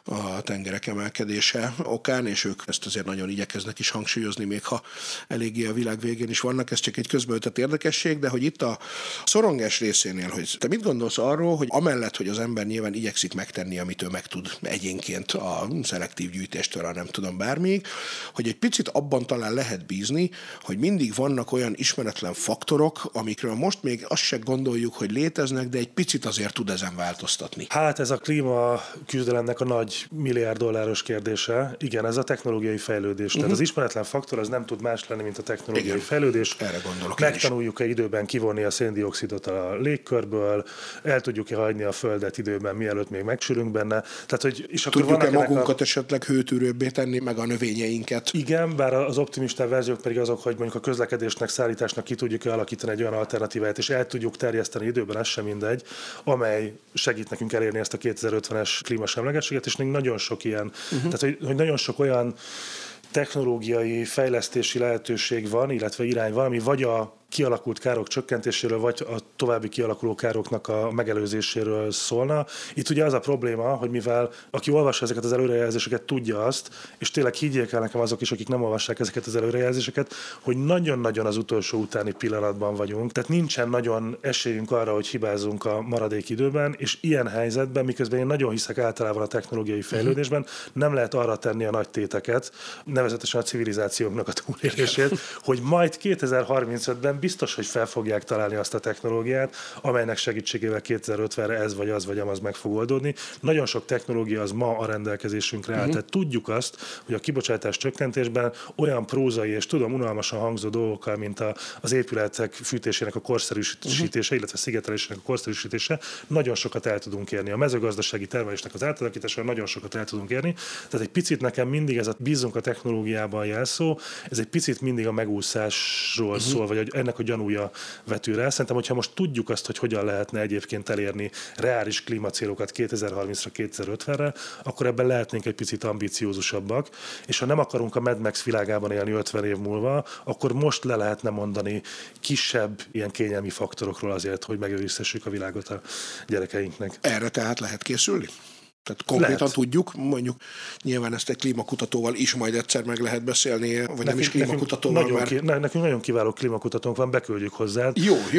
a tengerek emelkedése okán, és ők ezt azért nagyon igyekeznek is hangsúlyozni, még ha eléggé a világ végén is vannak, ez csak egy közbeütött érdekesség, de hogy itt a szorongás részénél, hogy te mit gondolsz arról, hogy amellett, hogy az ember nyilván igyekszik megtenni, amit ő meg tud egyénként a szelektív gyűjtéstől, a nem tudom bármíg, hogy egy picit abban talán lehet bízni, hogy mindig vannak olyan ismeretlen faktorok, amikről most még azt se gondoljuk, hogy léteznek, de egy picit azért tud ezen változtatni. Hát ez a klímaküzdelemnek a nagy $1 kérdése. Igen, ez a technológiai fejlődés. Tehát az ismeretlen faktor az nem tud más lenni, mint a technológiai fejlődés. Erre gondolok. Megtanuljuk-e időben kivonni a széndioxidot a légkörből, el tudjuk-e hagyni a Földet időben, mielőtt még megsülünk benne. Tehát, hogy, és akkor tudjuk-e magunkat esetleg hőtűrőbbé tenni, meg a növényeinket? Igen, bár az optimista verziók pedig azok, hogy mondjuk a közlekedésnek, szállításnak ki tudjuk-e alakítani egy olyan alternatívát, és el tudjuk terjeszteni időben, ez sem mindegy, amely segít nekünk elérni ezt a 2050-es klímasemlegességet, és még nagyon sok ilyen, tehát hogy nagyon sok olyan technológiai fejlesztési lehetőség van, illetve irány van, ami vagy a kialakult károk csökkentéséről, vagy a további kialakuló károknak a megelőzéséről szólna. Itt ugye az a probléma, hogy mivel aki olvassa ezeket az előrejelzéseket, tudja azt, és tényleg higgyék el nekem azok is, akik nem olvassák ezeket az előrejelzéseket, hogy nagyon-nagyon az utolsó utáni pillanatban vagyunk. Tehát nincsen nagyon esélyünk arra, hogy hibázunk a maradék időben, és ilyen helyzetben, miközben én nagyon hiszek általában a technológiai fejlődésben, nem lehet arra tenni a nagy téteket, nevezetesen a civilizációnknak a túlélését, hogy majd 2035-ben biztos, hogy fel fogják találni azt a technológiát, amelynek segítségével 2050-re ez vagy az vagy amaz meg fog oldódni. Nagyon sok technológia az ma a rendelkezésünkre áll. Tehát tudjuk azt, hogy a kibocsátás csökkentésben olyan prózai és tudom unalmasan hangzó dolgokkal, mint az épületek fűtésének a korszerűsítése, illetve szigetelésének a korszerűsítése, nagyon sokat el tudunk érni. A mezőgazdasági termelésnek az átalakítása nagyon sokat el tudunk érni. Tehát egy picit nekem mindig ez a bízunk a technológiában jelszó, ez egy picit mindig a megúszásról szól, vagy ennek a gyanúja vetül rá. Szerintem, hogyha most tudjuk azt, hogy hogyan lehetne egyébként elérni reális klímacélokat 2030-ra, 2050-re, akkor ebben lehetnénk egy picit ambiciózusabbak, és ha nem akarunk a Mad Max világában élni 50 év múlva, akkor most le lehetne mondani kisebb ilyen kényelmi faktorokról azért, hogy megőrizhessük a világot a gyerekeinknek. Erre tehát lehet készülni? Tehát konkrétan tudjuk, mondjuk nyilván ezt egy klímakutatóval is majd egyszer meg lehet beszélni, vagy nem is klímakutatóval, nekünk nagyon kiváló klímakutatónk van, beküldjük hozzá.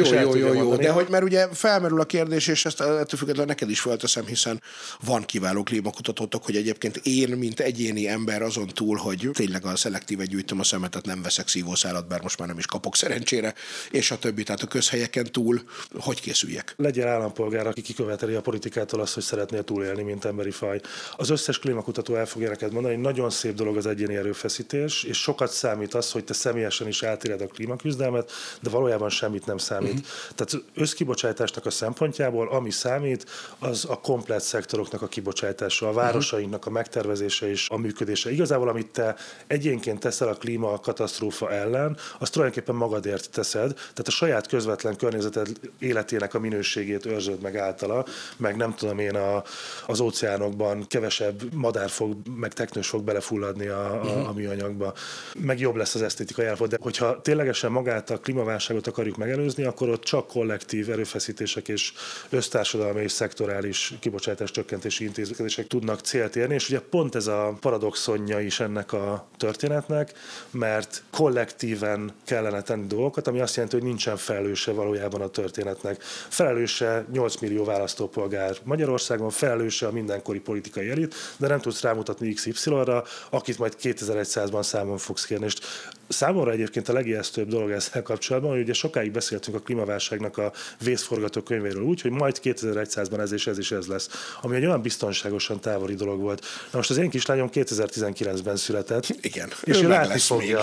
Jó, de hogy mert ugye felmerül a kérdés, és ezt ettől függetlenül neked is felteszem, hiszen van kiváló klímakutatótok, hogy egyébként én, mint egyéni ember azon túl, hogy tényleg a szelektíve gyűjtöm a szemetet, nem veszek szívószálat, bár most már nem is kapok szerencsére, és a többi, tehát a közhelyeken túl, hogy készüljek? Legyen állampolgár, aki kiköveteli a politikától azt, hogy szeretnél túlélni, mint emberi faj. Az összes klímakutató el fogja neked mondani, hogy nagyon szép dolog az egyéni erőfeszítés, és sokat számít az, hogy te személyesen is átéred a klímaküzdelmet, de valójában semmit nem számít. Tehát összkibocsátásnak a szempontjából, ami számít, az a komplett szektoroknak a kibocsátása, a városainknak a megtervezése és a működése. Igazából, amit te egyénként teszel a klímakatasztrófa ellen, azt tulajdonképpen magadért teszed, tehát a saját közvetlen környezeted életének a minőségét őrzöd meg általa, meg nem tudom én az óceánokban kevesebb madár meg teknős fog belefulladni a műanyagba, meg jobb lesz az esztétikai állapot. De hogyha ténylegesen magát a klímaválságot akarjuk megelőzni, akkor ott csak kollektív erőfeszítések és össztársadalmi és szektorális kibocsátás csökkentési intézkedések tudnak célt érni, és ugye pont ez a paradoxonja is ennek a történetnek, mert kollektíven kellene tenni dolgokat, ami azt jelenti, hogy nincsen felelőse valójában a történetnek. Felelőse 8 millió választópolgár Magyarországon, felelőse a mindenkori politikai elit, de nem tudsz rámutatni XY-ra, akit majd 2100-ban számon fogsz kérni. És számomra egyébként a legijesztőbb dolog ezzel kapcsolatban, hogy ugye sokáig beszéltünk a klímaválságnak a vészforgatókönyvéről úgy, hogy majd 2100-ban ez lesz, ami egy olyan biztonságosan távoli dolog volt. Na most az én kislányom 2019-ben született. Igen. És ő látni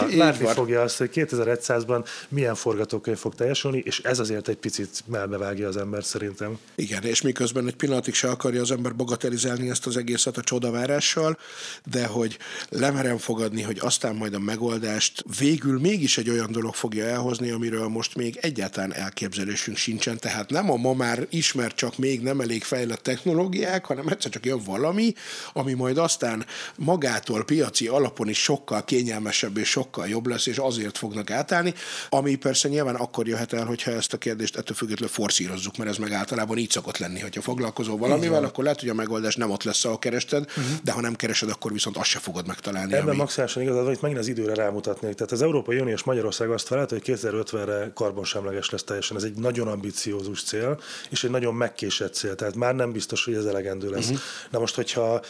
fogja azt, hogy 2100-ban milyen forgatókönyv fog teljesülni, és ez azért egy picit melbevágja az ember szerintem. Igen, és miközben egy pillanatig se akarja az ember bagatelizálni ezt az egészet a csodavárással, de hogy lemerem fogadni, hogy aztán majd a megoldást végül mégis egy olyan dolog fogja elhozni, amiről most még egyáltalán elképzelésünk sincsen, tehát nem a ma már ismert, csak még nem elég fejlett technológiák, hanem egyszer csak jön valami, ami majd aztán magától piaci alapon is sokkal kényelmesebb és sokkal jobb lesz, és azért fognak átállni, ami persze nyilván akkor jöhet el, hogyha ezt a kérdést ettől függetlenül forszírozzuk, mert ez meg általában így szokott lenni, hogyha foglalkozol valamivel, akkor lehet, hogy a megoldás nem ott lesz, ahol kerested, de ha nem keresed, akkor viszont azt se fogod megtalálni. Ebben maximálisan igazad van, itt megint az időre rámutatnék. Tehát az Európai Unió és Magyarország azt felállt, hogy 2050-re karbonsemleges lesz teljesen. Ez egy nagyon ambiciózus cél, és egy nagyon megkésett cél. Tehát már nem biztos, hogy ez elegendő lesz. Na most, hogyha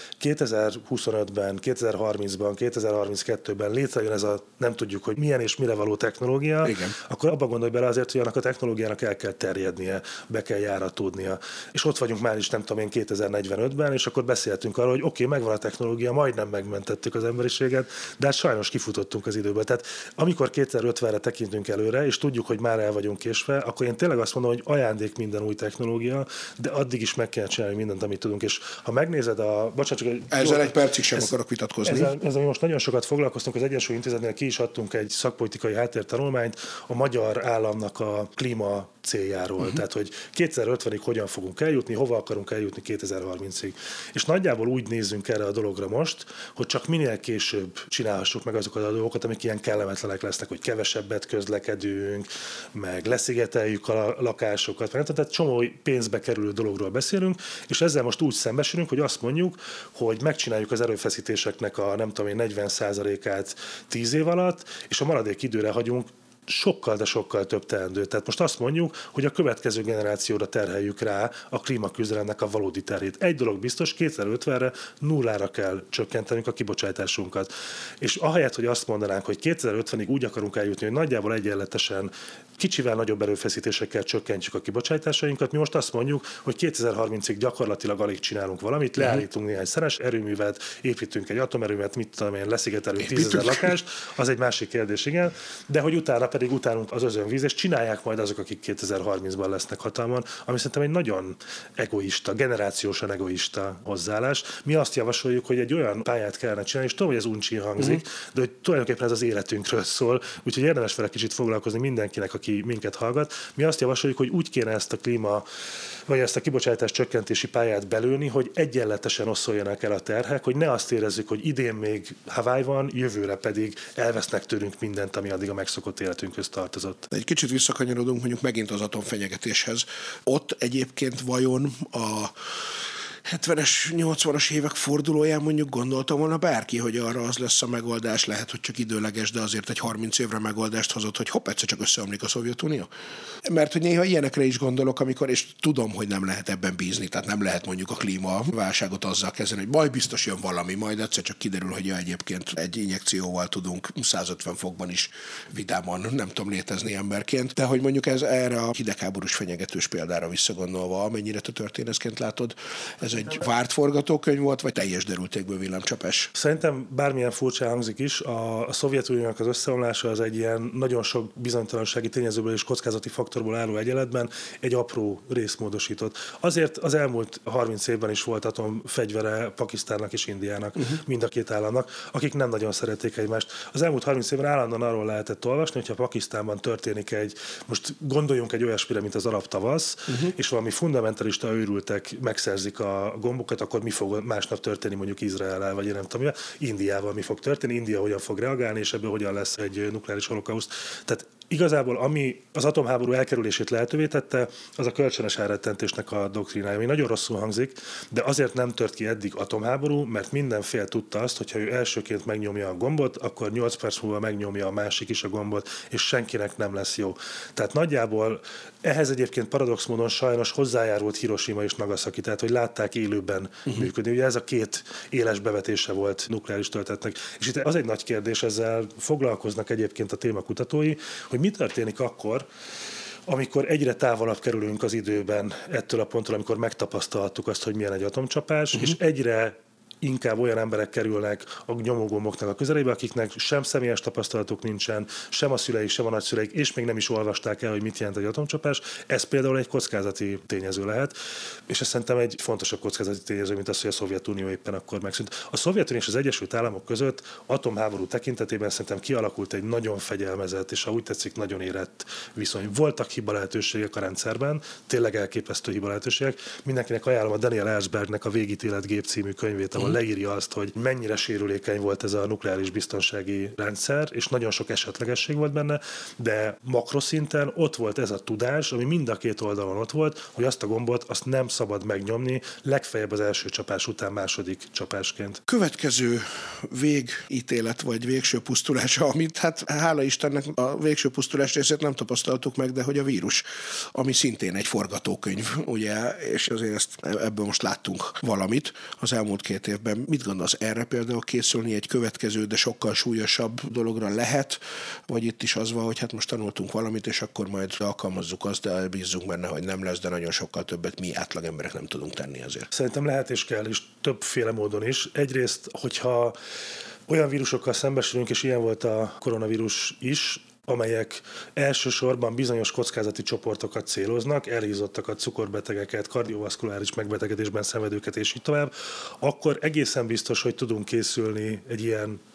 2025-ben, 2030-ban, 2032-ben létrejön ez a nem tudjuk, hogy milyen és mire való technológia, igen, akkor abba gondolj bele azért, hogy annak a technológiának el kell terjednie, be kell járatódnia. És ott vagyunk már is, nem tudom én, 2045-ben, és akkor beszéltünk arról, hogy oké, megvan a technológia, majdnem megmentettük az emberiséget, de hát sajnos kifutottunk az időből. Tehát amikor 2050-re tekintünk előre, és tudjuk, hogy már el vagyunk késve, akkor én tényleg azt mondom, hogy ajándék minden új technológia, de addig is meg kell csinálni mindent, amit tudunk. És ha megnézed ezzel egy percig sem akarok vitatkozni. Ezzel most nagyon sokat foglalkoztunk, az Egyensúly Intézetnél ki is adtunk egy szakpolitikai háttértanulmányt a magyar államnak a klíma céljáról. Tehát, hogy 2050-ig hogyan fogunk eljutni, hova akarunk eljutni 2030-ig. És nagyjából úgy nézzünk erre a dologra most, hogy csak minél később csinálhassuk meg azokat a dolgokat, amik ilyen kellemetlenek lesznek, hogy kevesebbet közlekedünk, meg leszigeteljük a lakásokat, tehát csomó pénzbe kerülő dologról beszélünk, és ezzel most úgy szembesülünk, hogy azt mondjuk, hogy megcsináljuk az erőfeszítéseknek a nem tudom én 40%-át 10 év alatt, és a maradék időre hagyunk sokkal, de sokkal több teendő. Tehát most azt mondjuk, hogy a következő generációra terheljük rá a klímaküzdelemnek a valódi terhét. Egy dolog biztos, 2050-re nullára kell csökkentenünk a kibocsátásunkat. És ahelyett, hogy azt mondanánk, hogy 2050-ig úgy akarunk eljutni, hogy nagyjából egyenletesen kicsivel nagyobb erőfeszítésekkel csökkentjük a kibocsátásainkat, mi most azt mondjuk, hogy 2030-ig gyakorlatilag alig csinálunk valamit, leállítunk néhány szeres erőművet, építünk egy atomerőművet, mit tudom én, leszigetelünk 10 000 lakást, az egy másik kérdés, igen, de hogy utána pedig utánunk az özönvíz, és csinálják majd azok, akik 2030-ban lesznek hatalmon, ami szerintem egy nagyon egoista, generációsan egoista hozzáállás. Mi azt javasoljuk, hogy egy olyan pályát kellene csinálni, és tudom, hogy ez uncsi hangzik, de hogy tulajdonképpen ez az életünkről szól, úgyhogy érdemes vele kicsit foglalkozni mindenkinek, aki minket hallgat. Mi azt javasoljuk, hogy úgy kéne ezt a kibocsátás csökkentési pályát belőni, hogy egyenletesen oszoljanak el a terhek, hogy ne azt érezzük, hogy idén még Hawaii van, jövőre pedig elvesznek tőlünk mindent, ami addig a megszokott életünkhöz tartozott. Egy kicsit visszakanyarodunk mondjuk megint az atomfenyegetéshez. Ott egyébként vajon a 70-es, 80-as évek fordulóján mondjuk gondoltam volna bárki, hogy arra az lesz a megoldás, lehet, hogy csak időleges, de azért egy 30 évre megoldást hozott, hogy hopp, egyszer csak összeomlik a Szovjetunió. Mert hogy néha ilyenekre is gondolok, amikor, és tudom, hogy nem lehet ebben bízni, tehát nem lehet mondjuk a klímaválságot azzal kezdeni, hogy majd biztos jön valami, majd egyszer csak kiderül, hogy egyébként egy injekcióval tudunk 150 fokban is vidáman, nem tudom, létezni emberként. De hogy mondjuk ez erre a hidegháborús fenyegetős példára visszagondolva, amennyire te történészként látod, ez egy várt forgatókönyv volt, vagy teljes derültékből villámcsapás? Szerintem bármilyen furcsa hangzik is, a Szovjetuniónak az összeomlása az egy ilyen nagyon sok bizonytalansági tényezőből és kockázati faktorból álló egyenletben egy apró részmódosított. Azért az elmúlt 30 évben is volt atomfegyvere Pakisztánnak és Indiának, mind a két államnak, akik nem nagyon szerették egymást. Az elmúlt 30 évben állandóan arról lehetett olvasni, hogyha Pakisztánban történik most gondoljunk egy olyasmire, mint az arab tavasz, és valami fundamentalista őrültek megszerzik a gombokat, akkor mi fog másnap történni mondjuk Izraellel, vagy én nem tudom, Indiával mi fog történni, India hogyan fog reagálni, és ebből hogyan lesz egy nukleáris holokauszt. Tehát igazából ami az atomháború elkerülését lehetővé tette, az a kölcsönös elrettentésnek a doktrínája, ami nagyon rosszul hangzik, de azért nem tört ki eddig atomháború, mert minden fél tudta azt, hogyha ő elsőként megnyomja a gombot, akkor 8 perc múlva megnyomja a másik is a gombot, és senkinek nem lesz jó. Tehát nagyjából ehhez egyébként paradox módon sajnos hozzájárult Hiroshima és Nagasaki, tehát hogy látták élőben működni. Ugye ez a két éles bevetése volt nukleáris töltetnek. És itt az egy nagy kérdés, ezzel foglalkoznak egyébként a témakutatói, hogy mi történik akkor, amikor egyre távolabb kerülünk az időben ettől a ponttól, amikor megtapasztalhattuk azt, hogy milyen egy atomcsapás, és egyre inkább olyan emberek kerülnek a nyomógomboknak a közelébe, akiknek sem személyes tapasztalatuk nincsen, sem a szüleik, sem a nagyszüleik, és még nem is olvasták el, hogy mit jelent egy atomcsapás. Ez például egy kockázati tényező lehet, és ez szerintem egy fontosabb kockázati tényező, mint az, hogy a Szovjetunió éppen akkor megszűnt. A Szovjetunió és az Egyesült Államok között atomháború tekintetében szerintem kialakult egy nagyon fegyelmezett, és ha úgy tetszik, nagyon érett viszony. Voltak hiba lehetőségek a rendszerben, tényleg elképesztő hiba lehetőségek. Mindenkinek ajánlom a Daniel Ellsbergnek a Végítéletgép című könyvét, ahol leírja azt, hogy mennyire sérülékeny volt ez a nukleáris biztonsági rendszer, és nagyon sok esetlegesség volt benne, de makroszinten ott volt ez a tudás, ami mind a két oldalon ott volt, hogy azt a gombot azt nem szabad megnyomni, legfeljebb az első csapás után második csapásként. Következő végítélet vagy végső pusztulása, amit hát hála Istennek a végső pusztulás részét nem tapasztaltuk meg, de hogy a vírus, ami szintén egy forgatókönyv, ugye, és azért ebből most láttunk valamit az elmúlt 2 évben. Mit gondolsz, erre például készülni egy következő, de sokkal súlyosabb dologra lehet, vagy itt is az van, hogy hát most tanultunk valamit, és akkor majd alkalmazzuk azt, de bízzunk benne, hogy nem lesz, de nagyon sokkal többet mi átlagemberek nem tudunk tenni azért. Szerintem lehet és kell, és többféle módon is. Egyrészt, hogyha olyan vírusokkal szembesülünk, és ilyen volt a koronavírus is, amelyek elsősorban bizonyos kockázati csoportokat céloznak, elhízottakat, cukorbetegeket, kardiovaszkuláris megbetegedésben szenvedőket és így tovább, akkor egészen biztos, hogy tudunk készülni egy ilyen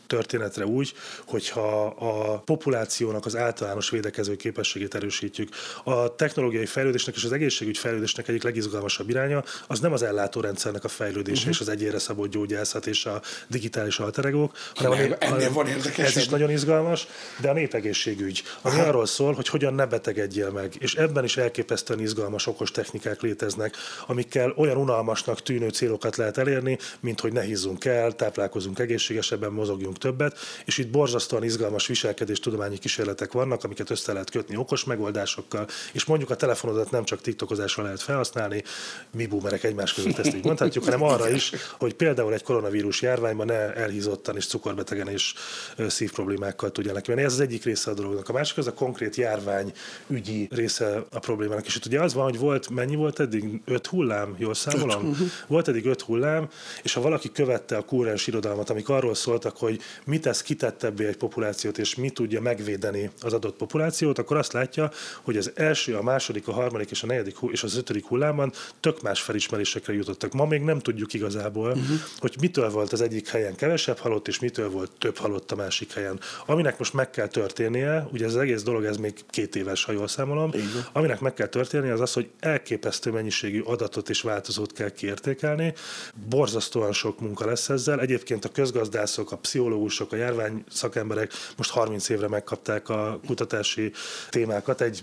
történetre úgy, hogyha a populációnak az általános védekező képességét erősítjük. A technológiai fejlődésnek és az egészségügy fejlődésnek egyik legizgalmasabb iránya az nem az ellátórendszernek a fejlődése és az egyénre szabott gyógyászat és a digitális alteregók, hanem ennél van érdekesebb. Ez is nagyon izgalmas, de a népegészségügy, ami arról szól, hogy hogyan ne betegedjél meg. És ebben is elképesztően izgalmas, okos technikák léteznek, amikkel olyan unalmasnak tűnő célokat lehet elérni, mint hogy ne hízzunk el, táplálkozunk egészségesebben, mozogjunk többet, és itt borzasztóan izgalmas viselkedéstudományi kísérletek vannak, amiket össze lehet kötni okos megoldásokkal, és mondjuk a telefonodat nem csak tiktokozásra lehet felhasználni, mi boomerek egymás között ezt így mondhatjuk, hanem arra is, hogy például egy koronavírus járványban ne elhízottan és cukorbetegen és szívproblémákkal tudjanak menni. Ez az egyik része a dolognak. A másik az a konkrét járványügyi része a problémának. És itt ugye az van, hogy mennyi volt eddig? 5 hullám, jól számolom? Volt eddig 5 hullám, és ha valaki követte a kúrens irodalmat, amik arról szóltak, hogy mit tesz kitettebbé egy populációt, és mi tudja megvédeni az adott populációt, akkor azt látja, hogy az első, a második, a harmadik és a negyedik és az 5. hullámban tök más felismerésekre jutottak. Ma még nem tudjuk igazából, hogy mitől volt az egyik helyen kevesebb halott, és mitől volt több halott a másik helyen. Aminek most meg kell történnie, ugye ez az egész dolog, ez még 2 éves, ha jól számolom, aminek meg kell történnie az az, hogy elképesztő mennyiségű adatot és változót kell kiértékelni. Borzasztóan sok munka lesz ezzel. Egyébként a közgazdászok, a pszichológusok, a járvány szakemberek most 30 évre megkapták a kutatási témákat egy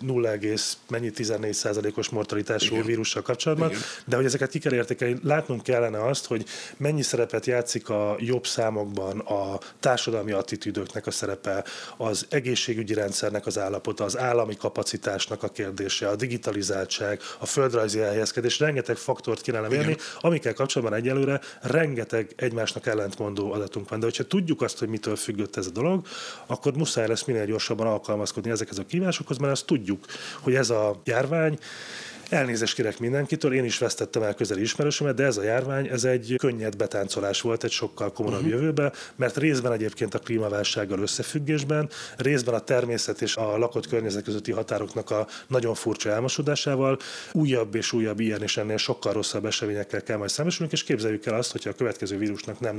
0,14%-os mortalitású vírussal kapcsolatban, de hogy ezeket ki kell értékelni, látnunk kellene azt, hogy mennyi szerepet játszik a jobb számokban a társadalmi attitűdöknek a szerepe, az egészségügyi rendszernek az állapota, az állami kapacitásnak a kérdése, a digitalizáltság, a földrajzi elhelyezkedés, rengeteg faktort kéne mérni, amikkel kapcsolatban egyelőre rengeteg egymásnak ellentmondó adatunk van. De hogyha tudjuk azt, hogy mitől függött ez a dolog, akkor muszáj lesz minél gyorsabban alkalmazkodni ezekhez a kívásokhoz, mert azt tudjuk, hogy ez a járvány, elnézést kérek mindenkitől, én is vesztettem el közeli ismerősömet, de ez a járvány, ez egy könnyed betáncolás volt egy sokkal komorabb jövőbe, mert részben egyébként a klímaválsággal összefüggésben, részben a természet és a lakott környezet közötti határoknak a nagyon furcsa elmosódásával újabb és újabb ilyen és ennél sokkal rosszabb eseményekkel kell majd szembesülnünk, és képzeljük el azt, hogyha a következő vírusnak nem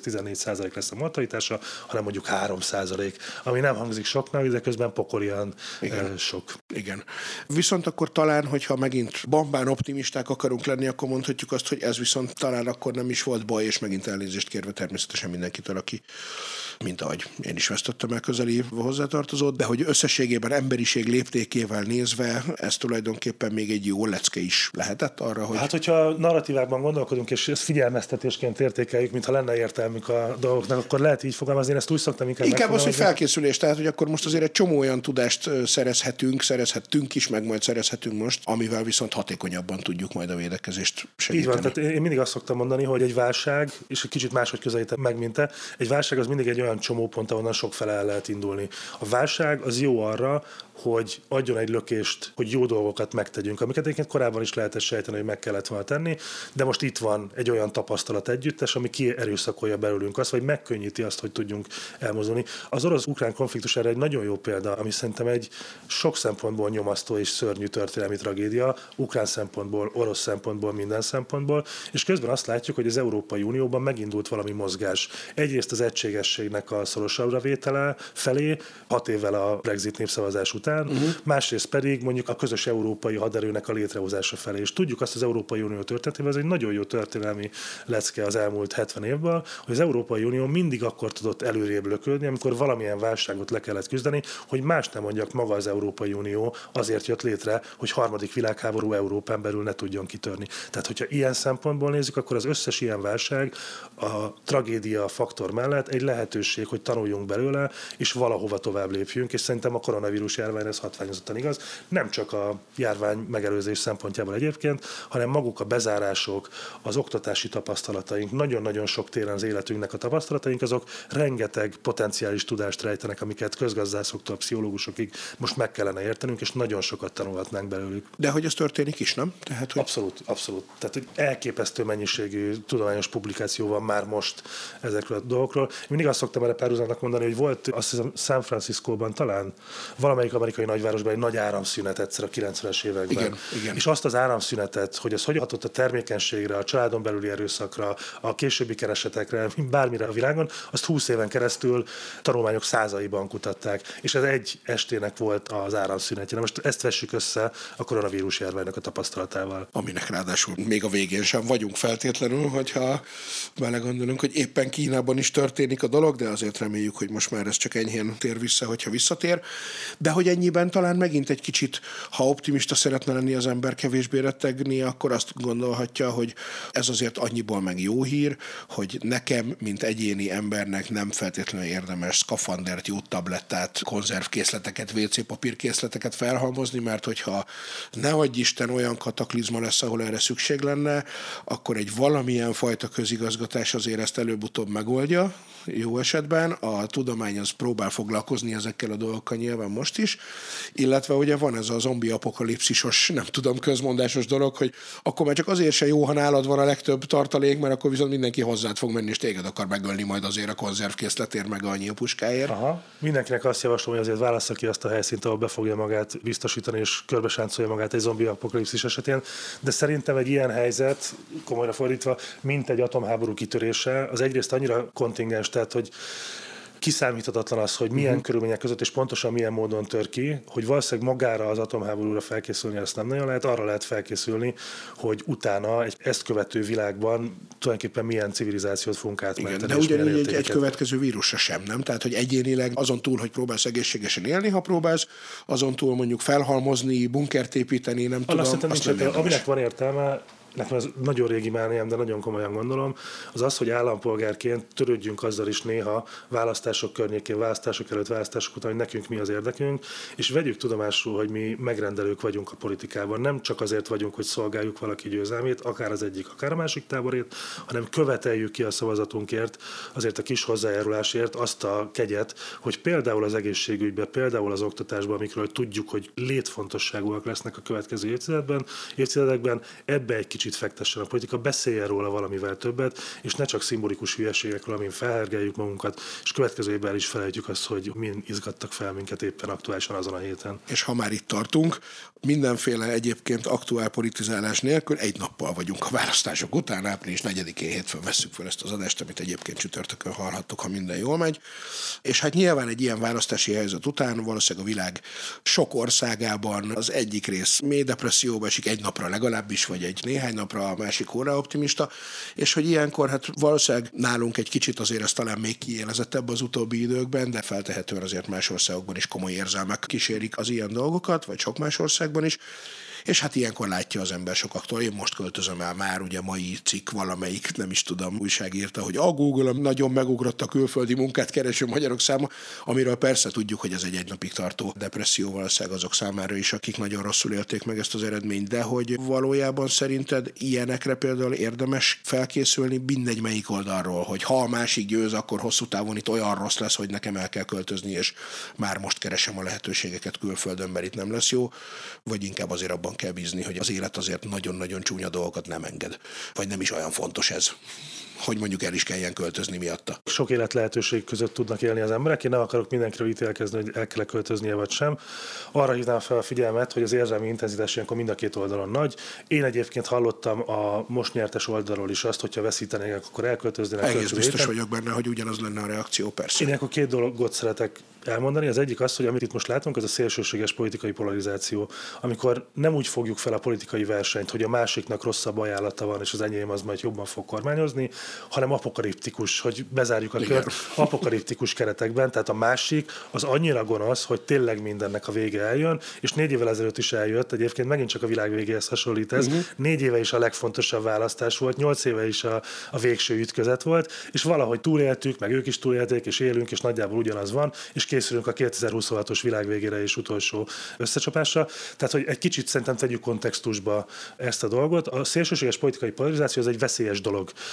0,14% lesz a mortalitása, hanem mondjuk 3%, ami nem hangzik soknak, de közben pokolian sok. Igen. Viszont akkor talán, hogyha megint bambán optimisták akarunk lenni, akkor mondhatjuk azt, hogy ez viszont talán akkor nem is volt baj, és megint elnézést kérve természetesen mindenkitől, aki, mint ahogy én is vesztettem el közeli hozzátartozót, de hogy összességében emberiség léptékével nézve ez tulajdonképpen még egy jó lecke is lehetett arra, hogy... Hát, hogyha narratívákban gondolkodunk, és ezt figyelmeztetésként értékeljük, mintha lenne értelmük a dolgoknak, akkor lehet így fogalmazni, én ezt úgy szoktam inkább az, hogy felkészülés, tehát hogy akkor most azért egy csomó olyan tudást szerezhettünk is, meg majd szerezhetünk most, amivel viszont hatékonyabban tudjuk majd a védekezést segíteni. Így van, tehát én mindig azt szoktam mondani, hogy egy válság, és egy kicsit máshogy közelítem meg, mint te, egy válság az mindig egy olyan csomópont, ahonnan sokfele el lehet indulni. A válság az jó arra, hogy adjon egy lökést, hogy jó dolgokat megtegyünk, amiket egyébként korábban is lehetett sejteni, hogy meg kellett volna tenni, de most itt van egy olyan tapasztalat együttes, ami kierőszakolja belőlünk azt, vagy megkönnyíti azt, hogy tudjunk elmozdulni. Az orosz-ukrán konfliktus erre egy nagyon jó példa, ami szerintem egy sok szempontból nyomasztó és szörnyű történelmi tragédia, ukrán szempontból, orosz szempontból, minden szempontból, és közben azt látjuk, hogy az Európai Unióban megindult valami mozgás. Egyrészt az egységességnek a szorosabbra vétele felé, 6 évvel a Brexit népszavazás után, másrészt pedig mondjuk a közös európai haderőnek a létrehozása felé. És tudjuk azt az Európai Unió történetében, ez egy nagyon jó történelmi lecke az elmúlt 70 évben, hogy az Európai Unió mindig akkor tudott előrébb lökődni, amikor valamilyen válságot le kellett küzdeni, hogy más nem mondjak, maga az Európai Unió azért jött létre, hogy harmadik világháború Európán belül ne tudjon kitörni. Tehát, hogyha ilyen szempontból nézzük, akkor az összes ilyen válság a tragédia faktor mellett egy lehetőség, hogy tanuljunk belőle, és valahova tovább lépjünk, és szerintem a koronavírus járvány ez hatványozottan igaz, nem csak a járvány megelőzés szempontjából egyébként, hanem maguk a bezárások, az oktatási tapasztalataink, nagyon-nagyon sok téren az életünknek a tapasztalataink, azok rengeteg potenciális tudást rejtenek, amiket közgazdászoktól, pszichológusokig most meg kellene értenünk, és nagyon sokat tanulhatnánk belőlük. De hogy ez történik is, nem? Tehát, hogy... Abszolút. Tehát, hogy elképesztő mennyiségű tudományos publikáció van már most ezekről a dolgokról. Mindig azt szoktam szoktam erre párhuzamnak mondani, hogy volt azt hiszem San Franciscóban talán valamelyik amerikai nagyvárosban egy nagy áramszünet egyszer a 90-es években. Igen. És azt az áramszünetet, hogy az hogy hatott a termékenységre, a családon belüli erőszakra, a későbbi keresetekre, bármire a világon, azt 20 éven keresztül tanulmányok százaiban kutatták. És ez egy estének volt az áramszünetje. Na most ezt vessük össze a koronavírus járványnak a tapasztalatával. Aminek ráadásul még a végén sem vagyunk feltétlenül, hogyha belegondolunk, hogy éppen Kínában is történik a dolog, de azért reméljük, hogy most már ez csak enyhén tér vissza, hogyha visszatér. De hogy ennyiben talán megint egy kicsit, ha optimista szeretne lenni az ember, kevésbé rettegni, akkor azt gondolhatja, hogy ez azért annyiból meg jó hír, hogy nekem, mint egyéni embernek nem feltétlenül érdemes szkafandert, jó tablettát, konzervkészleteket, WC papírkészleteket felhalmozni, mert hogyha ne adj Isten olyan kataklizma lesz, ahol erre szükség lenne, akkor egy valamilyen fajta közigazgatás azért ezt előbb-utóbb megoldja, jó esetben. A tudomány az próbál foglalkozni ezekkel a dolgokkal nyilván most is, illetve ugye van ez a zombi apokalipszisos, nem tudom, közmondásos dolog, hogy akkor már csak azért se jó, ha nálad van a legtöbb tartalék, mert akkor viszont mindenki hozzád fog menni, és téged akar megölni majd azért a konzervkészletért, meg annyi a puskáért. Aha. Mindenkinek azt javaslom, hogy azért válassza ki azt a helyszínt, ahol be fogja magát biztosítani, és körbesáncolja magát egy zombi apokalipszis esetén. De szerintem egy ilyen helyzet, komolyra fordítva, mint egy atomháború kitörése, az egyrészt annyira kontingens, tehát hogy kiszámíthatatlan az, hogy milyen körülmények között és pontosan milyen módon tör ki, hogy valószínűleg magára az atomháborúra felkészülni ezt nem nagyon lehet, arra lehet felkészülni, hogy utána egy ezt követő világban tulajdonképpen milyen civilizációt fogunk átmenteni. De ugyanígy egy következő vírusra sem, nem? Tehát, hogy egyénileg azon túl, hogy próbálsz egészségesen élni, ha próbálsz, azon túl mondjuk felhalmozni, bunkert építeni, nem tudom. Aminek van értelme, nekem ez nagyon régi mániám, de nagyon komolyan gondolom, az az, hogy állampolgárként törődjünk azzal is néha választások környékén, választások előtt, választások után, hogy nekünk mi az érdekünk, és vegyük tudomásul, hogy mi megrendelők vagyunk a politikában. Nem csak azért vagyunk, hogy szolgáljuk valaki győzelmét, akár az egyik, akár a másik táborét, hanem követeljük ki a szavazatunkért, azért a kis hozzájárulásért azt a kegyet, hogy például az egészségügyben, például az oktatásban, amikről tudjuk, hogy létfontosságúak lesznek a következő évtizedekben, ebbe egy kicsit fektessen a politika, beszéljen róla valamivel többet, és ne csak szimbolikus hülyeségekről, amin felhergeljük magunkat, és következő évben is felejtjük azt, hogy min izgattak fel minket éppen aktuálisan azon a héten. És ha már itt tartunk, mindenféle egyébként aktuál politizálás nélkül egy nappal vagyunk a választások után, április 4-én hétfőn vesszük fel ezt az adást, amit egyébként csütörtökön hallhattuk, ha minden jól megy. És hát nyilván egy ilyen választási helyzet után valószínűleg a világ sok országában az egyik rész mély depresszióba esik egy napra legalábbis, vagy egy néhány napra, a másik óra optimista, és hogy ilyenkor hát valószínűleg nálunk egy kicsit azért ez talán még kiélezettebb az utóbbi időkben, de feltehetően azért más országokban is komoly érzelmek kísérik az ilyen dolgokat, vagy sok más országban is. És hát ilyenkor látja az ember sokaktól. Én most költözöm el már, ugye mai cikk valamelyik, nem is tudom, újság írta, hogy a Google nagyon megugrott a külföldi munkát kereső magyarok száma, amiről persze tudjuk, hogy ez egy napig tartó depresszió valószínűleg azok számára is, akik nagyon rosszul élték meg ezt az eredményt, de hogy valójában szerinted ilyenekre például érdemes felkészülni mindegy melyik oldalról, hogy ha a másik győz, akkor hosszú távon itt olyan rossz lesz, hogy nekem el kell költözni, és már most keresem a lehetőségeket külföldön, mert itt nem lesz jó, vagy inkább azért abban kell bízni, hogy az élet azért nagyon-nagyon csúnya dolgokat nem enged. Vagy nem is olyan fontos ez, hogy mondjuk el is kelljen költözni miatta. Sok élet lehetőség között tudnak élni az emberek. Én nem akarok mindenkiről ítélkezni, hogy el kell költöznie vagy sem. Arra hívnám fel a figyelmet, hogy az érzelmi intenzitás ilyenkor mind a két oldalon nagy. Én egyébként hallottam a most nyertes oldalról is azt, hogyha veszítenének, akkor elköltöznének. Egész biztos vagyok benne, hogy ugyanaz lenne a reakció, persze. Én akkor két dolgot szeretek elmondani. Az egyik az, hogy amit itt most látunk, az a szélsőséges politikai polarizáció, amikor nem úgy fogjuk fel a politikai versenyt, hogy a másiknak rosszabb ajánlata van, és az enyém az majd jobban fog kormányozni, hanem apokaliptikus, hogy bezárjuk a kört apokaliptikus keretekben, tehát a másik az annyira gonosz, hogy tényleg mindennek a vége eljön, és 4 évvel ezelőtt is eljött, egyébként megint csak a világ végéhez hasonlít ez, 4 éve is a legfontosabb választás volt, 8 éve is a végső ütközet volt, és valahogy túléltük, meg ők is túlélték, és élünk, és nagyjából ugyanaz van, és készülünk a 2026-os világ végére és utolsó összecsapásra. Tehát, hogy egy kicsit szerintem tegyük kontextusba ezt a dolgot. A szélsőséges politikai polarizáció az egy veszélyes dolog. Tehát az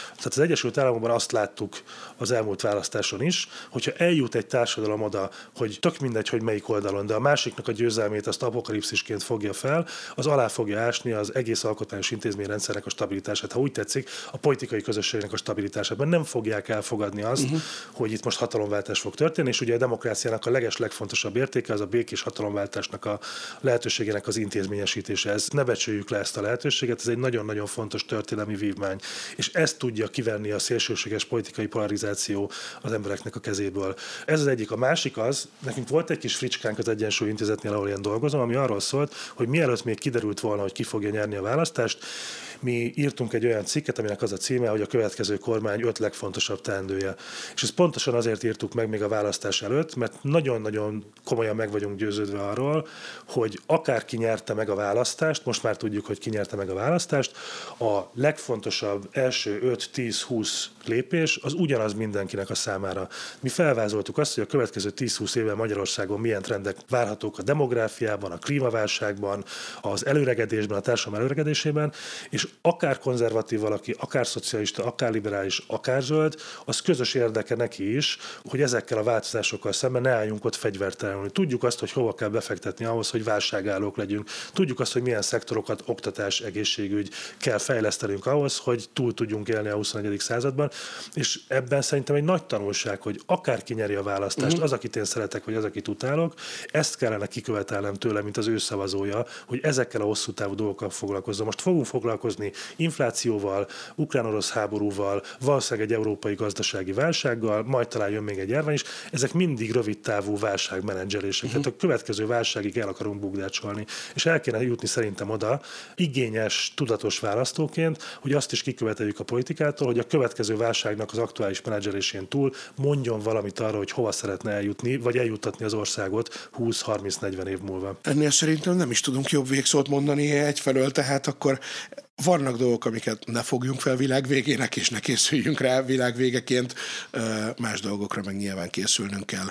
Egyesült Államokban azt láttuk az elmúlt választáson is, hogyha eljut egy társadalom oda, hogy tök mindegy, hogy melyik oldalon, de a másiknak a győzelmét azt apokalipszisként fogja fel, az alá fogja ásni az egész alkotmányos intézményrendszernek a stabilitását, ha úgy tetszik, a politikai közösségnek a stabilitását. Nem fogják elfogadni azt, hogy itt most hatalomváltás fog történni, és ugye a demokráciának a legfontosabb értéke az a békés hatalomváltásnak a lehetőségének az intézményesítése. Ne becsüljük le ezt a lehetőséget, ez egy nagyon-nagyon fontos történelmi vívmány. És ezt tudja kivenni a szélsőséges politikai polarizáció az embereknek a kezéből. Ez az egyik. A másik az, nekünk volt egy kis fricskánk az Egyensúly Intézetnél, ahol én dolgozom, ami arról szólt, hogy mielőtt még kiderült volna, hogy ki fogja nyerni a választást, mi írtunk egy olyan cikket, aminek az a címe, hogy a következő kormány 5 legfontosabb teendője. És ezt pontosan azért írtuk meg még a választás előtt, mert nagyon-nagyon komolyan meg vagyunk győződve arról, hogy akárki nyerte meg a választást, most már tudjuk, hogy ki nyerte meg a választást, a legfontosabb első 5-10-20 lépés az ugyanaz mindenkinek a számára. Mi felvázoltuk azt, hogy a következő 10-20 évben Magyarországon milyen trendek várhatók a demográfiában, a klímaválságban, az előregedésben, a társadalom előregedésében, és akár konzervatív valaki, akár szocialista, akár liberális, akár zöld, az közös érdeke neki is, hogy ezekkel a változásokkal szemben ne álljunk ott fegyvertelenül. Tudjuk azt, hogy hova kell befektetni ahhoz, hogy válságállók legyünk. Tudjuk azt, hogy milyen szektorokat, oktatás, egészségügy kell fejlesztenünk ahhoz, hogy túl tudjunk élni a 21. században. És ebben szerintem egy nagy tanulság, hogy akárki nyeri a választást, az, akit én szeretek, vagy az, akit utálok, ezt kellene kikövetelnem tőle, mint az ő szavazója, hogy ezekkel a hosszú távú dolgokkal foglalkozzon. Most fogunk foglalkozni inflációval, ukrán-orosz háborúval, valószínűleg egy európai gazdasági válsággal, majd talán jön még egy járvány is. Ezek mindig rövid távú válságmenedzselések. Tehát a következő válságig el akarunk bukdácsolni. És el kéne jutni szerintem oda, igényes, tudatos választóként, hogy azt is kiköveteljük a politikától, hogy a következő válságnak az aktuális menedzselésén túl mondjon valamit arra, hogy hova szeretne eljutni, vagy eljuttatni az országot 20-30-40 év múlva. Ennél szerintem nem is tudunk jobb végszót mondani egyfelől, tehát akkor vannak dolgok, amiket ne fogjunk fel világvégének, és ne készüljünk rá világvégeként, más dolgokra meg nyilván készülnünk kell.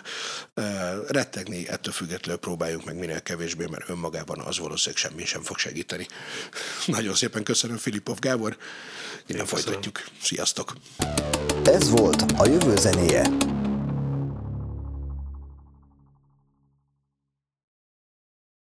Rettegni ettől függetlenül próbáljunk meg minél kevésbé, mert önmagában az valószínűleg semmi sem fog segíteni. Nagyon szépen köszönöm, Filipov Gábor. Innen folytatjuk. Sziasztok! Ez volt a Jövő zenéje.